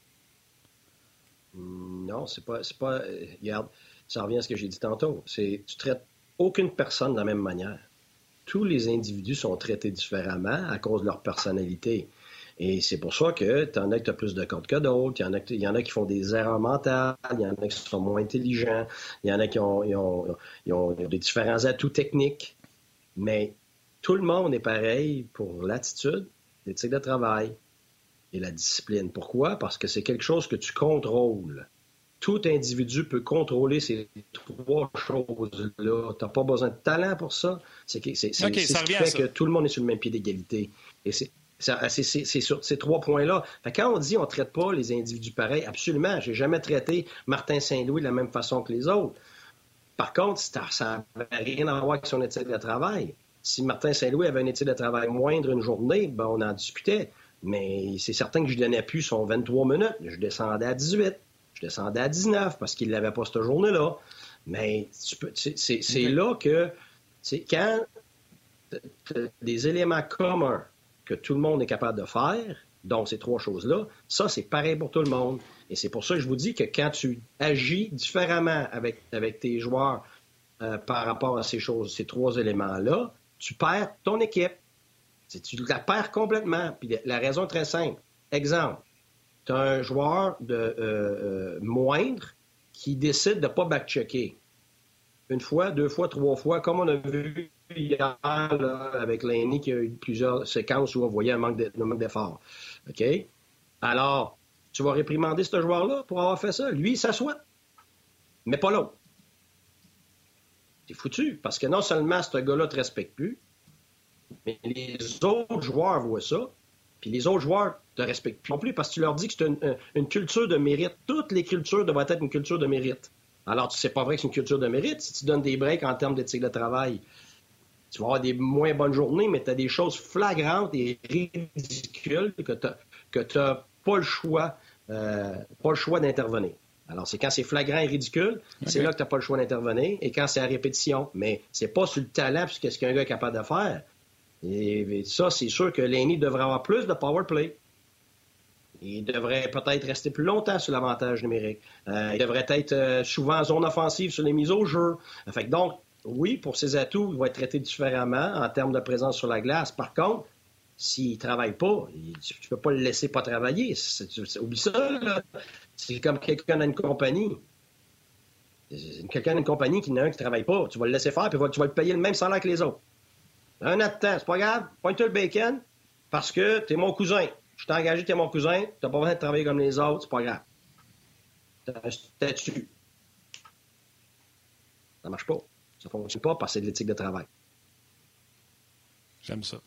Non, c'est pas. Regarde, ça revient à ce que j'ai dit tantôt. Tu traites aucune personne de la même manière. Tous les individus sont traités différemment à cause de leur personnalité. Et c'est pour ça que tu en as que tu as plus de comptes que d'autres. Il y en a qui font des erreurs mentales. Il y en a qui sont moins intelligents. Il y en a qui ont des différents atouts techniques. Mais tout le monde est pareil pour l'attitude, l'éthique de travail et la discipline. Pourquoi? Parce que c'est quelque chose que tu contrôles. Tout individu peut contrôler ces 3 choses-là. Tu n'as pas besoin de talent pour ça. C'est ce qui fait que tout le monde est sur le même pied d'égalité. Et c'est sur ces 3 points-là. Fait que quand on dit on ne traite pas les individus pareils, absolument. Je n'ai jamais traité Martin Saint-Louis de la même façon que les autres. Par contre, ça n'avait rien à voir avec son éthique de travail. Si Martin Saint-Louis avait une éthique de travail moindre une journée, ben on en discutait. Mais c'est certain que je ne donnais plus son 23 minutes. Je descendais à 18. Je descendais à 19 parce qu'il ne l'avait pas cette journée-là. Mais c'est là que, quand tu as des éléments communs que tout le monde est capable de faire, donc ces 3 choses-là, ça, c'est pareil pour tout le monde. Et c'est pour ça que je vous dis que quand tu agis différemment avec tes joueurs par rapport à ces 3 éléments-là, tu perds ton équipe. Tu la perds complètement. Puis la raison est très simple. Exemple. Tu as un joueur moindre qui décide de ne pas back-checker. 1 fois, 2 fois, 3 fois, comme on a vu hier là, avec Laney qui a eu plusieurs séquences où on voyait un manque d'effort. OK? Alors, tu vas réprimander ce joueur-là pour avoir fait ça. Lui, il s'assoit. Mais pas l'autre. C'est foutu. Parce que non seulement ce gars-là ne te respecte plus, mais les autres joueurs voient ça. Puis les autres joueurs ne te respectent plus non plus parce que tu leur dis que c'est une culture de mérite. Toutes les cultures devraient être une culture de mérite. Alors, c'est pas vrai que c'est une culture de mérite. Si tu donnes des breaks en termes d'éthique de travail, tu vas avoir des moins bonnes journées, mais tu as des choses flagrantes et ridicules que tu n'as pas le choix d'intervenir. Alors, c'est quand c'est flagrant et ridicule, c'est là que tu n'as pas le choix d'intervenir. Et quand c'est à répétition, mais c'est pas sur le talent puisque ce qu'un gars est capable de faire. Et ça, c'est sûr que Laney devrait avoir plus de power play. Il devrait peut-être rester plus longtemps sur l'avantage numérique. Il devrait être souvent en zone offensive sur les mises au jeu. Fait que donc, oui, pour ses atouts, il va être traité différemment en termes de présence sur la glace. Par contre, s'il ne travaille pas, tu ne peux pas le laisser pas travailler. Oublie ça, là. C'est comme quelqu'un dans une compagnie. Quelqu'un dans une compagnie qui n'a un qui ne travaille pas. Tu vas le laisser faire puis tu vas le payer le même salaire que les autres. Un an de temps, c'est pas grave. Pointe-toi le bacon parce que t'es mon cousin. Je t'ai engagé, t'es mon cousin. T'as pas besoin de travailler comme les autres, c'est pas grave. T'as un statut. Ça marche pas. Ça fonctionne pas parce que c'est de l'éthique de travail. J'aime ça.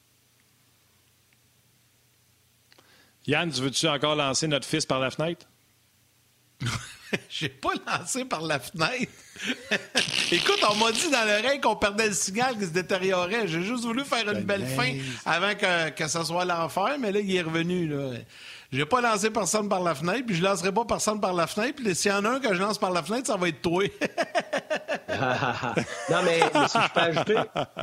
Yann, veux-tu encore lancer notre fils par la fenêtre? J'ai pas lancé par la fenêtre. Écoute, on m'a dit dans l'oreille qu'on perdait le signal, qu'il se détériorait. J'ai juste voulu faire une belle fin avant que ça soit l'enfer, mais là, il est revenu. Là. J'ai pas lancé personne par la fenêtre, puis je lancerai pas personne par la fenêtre. Puis s'il y en a un que je lance par la fenêtre, ça va être toi. Non, mais si je peux ajouter...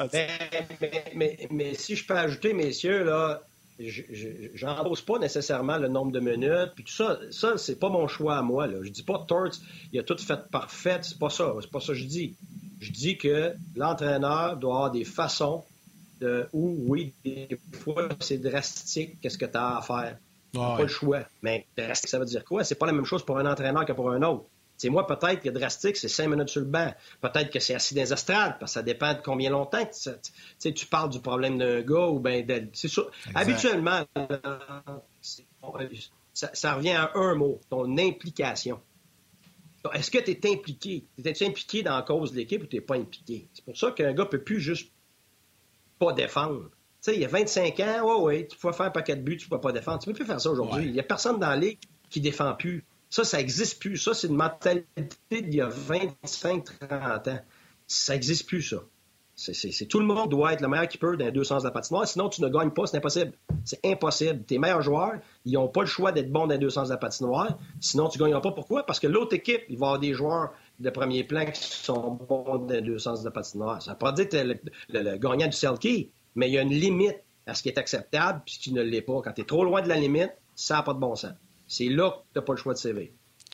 mais si je peux ajouter, messieurs, là... J'endosse pas nécessairement le nombre de minutes, puis tout ça. Ça, c'est pas mon choix à moi. Là. Je dis pas que Torts, il a tout fait parfait. C'est pas ça. C'est pas ça que je dis. Je dis que l'entraîneur doit avoir des façons où, oui, des fois, c'est drastique. Qu'est-ce que tu as à faire? Pas le choix. Mais drastique, ça veut dire quoi? C'est pas la même chose pour un entraîneur que pour un autre. T'sais, moi, peut-être que drastique, c'est 5 minutes sur le banc. Peut-être que c'est assis dans les estrades, parce que ça dépend de combien longtemps que tu parles du problème d'un gars ou bien d'elle. C'est sûr. Habituellement, ça revient à un mot, ton implication. Est-ce que tu es impliqué? Étais-tu impliqué dans la cause de l'équipe ou tu n'es pas impliqué? C'est pour ça qu'un gars ne peut plus juste pas défendre. Tu sais, il y a 25 ans, ouais, tu peux faire un paquet de buts, tu ne peux pas défendre. Tu ne peux plus faire ça aujourd'hui. Il n'y a personne dans la ligue qui ne défend plus. Ça n'existe plus. Ça, c'est une mentalité d'il y a 25-30 ans. Ça n'existe plus, ça. Tout le monde doit être le meilleur qu'il peut dans les deux sens de la patinoire. Sinon, tu ne gagnes pas. C'est impossible. C'est impossible. Tes meilleurs joueurs, ils n'ont pas le choix d'être bons dans les deux sens de la patinoire. Sinon, tu ne gagneras pas. Pourquoi? Parce que l'autre équipe, il va avoir des joueurs de premier plan qui sont bons dans les deux sens de la patinoire. Ça ne veut pas dire que tu es le gagnant du Selkie, mais il y a une limite à ce qui est acceptable puis tu ne l'es pas. Quand tu es trop loin de la limite, ça n'a pas de bon sens. C'est là que tu n'as pas le choix de sévir.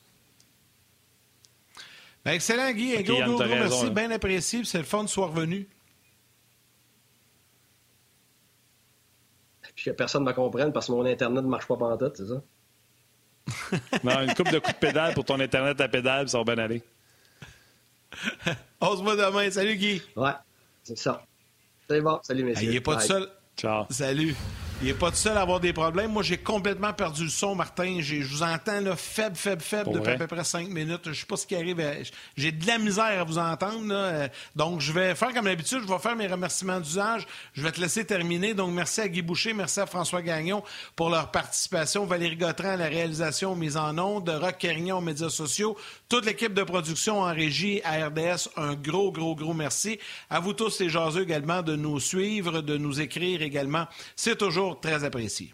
Ben excellent, Guy. Un gros merci. Bien apprécié. C'est le fun de soir revenu. Puis que personne ne me comprenne parce que mon Internet ne marche pas pantoute, c'est ça? Non, une couple de coups de pédale pour ton Internet à pédale, ça va bien aller. On se voit demain. Salut, Guy. Ouais, c'est ça. C'est bon. Salut, messieurs. Il n'est pas tout seul. Ciao. Salut. Il n'est pas tout seul à avoir des problèmes. Moi, j'ai complètement perdu le son, Martin. Je vous entends là, faible depuis à peu près 5 minutes. Je ne sais pas ce qui arrive. J'ai de la misère à vous entendre. Là. Donc, je vais faire comme d'habitude. Je vais faire mes remerciements d'usage. Je vais te laisser terminer. Donc, merci à Guy Boucher, merci à François Gagnon pour leur participation. Valérie Gautran à la réalisation, mise en ondes. Roch Quérignon aux médias sociaux. Toute l'équipe de production en régie à RDS, un gros merci. À vous tous, les jaseux, également, de nous suivre, de nous écrire également. C'est toujours très apprécié.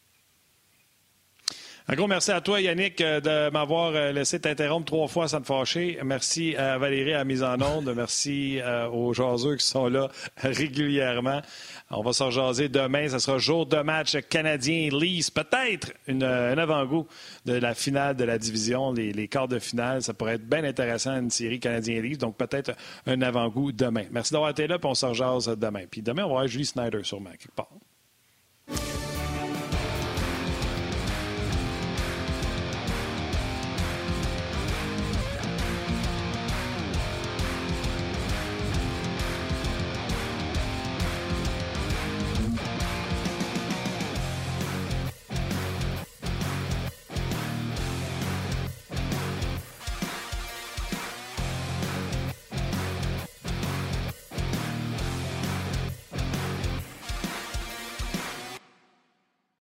Un gros merci à toi, Yannick, de m'avoir laissé t'interrompre 3 fois sans te fâcher. Merci à Valérie à la mise en onde. Merci aux jaseux qui sont là régulièrement. On va s'en jaser demain. Ça sera jour de match canadien-Leafs. Peut-être un avant-goût de la finale de la division, les quarts de finale. Ça pourrait être bien intéressant, une série canadien-Leafs. Donc, peut-être un avant-goût demain. Merci d'avoir été là, puis on s'en jase demain. Puis demain, on va voir Julie Snyder sûrement quelque part.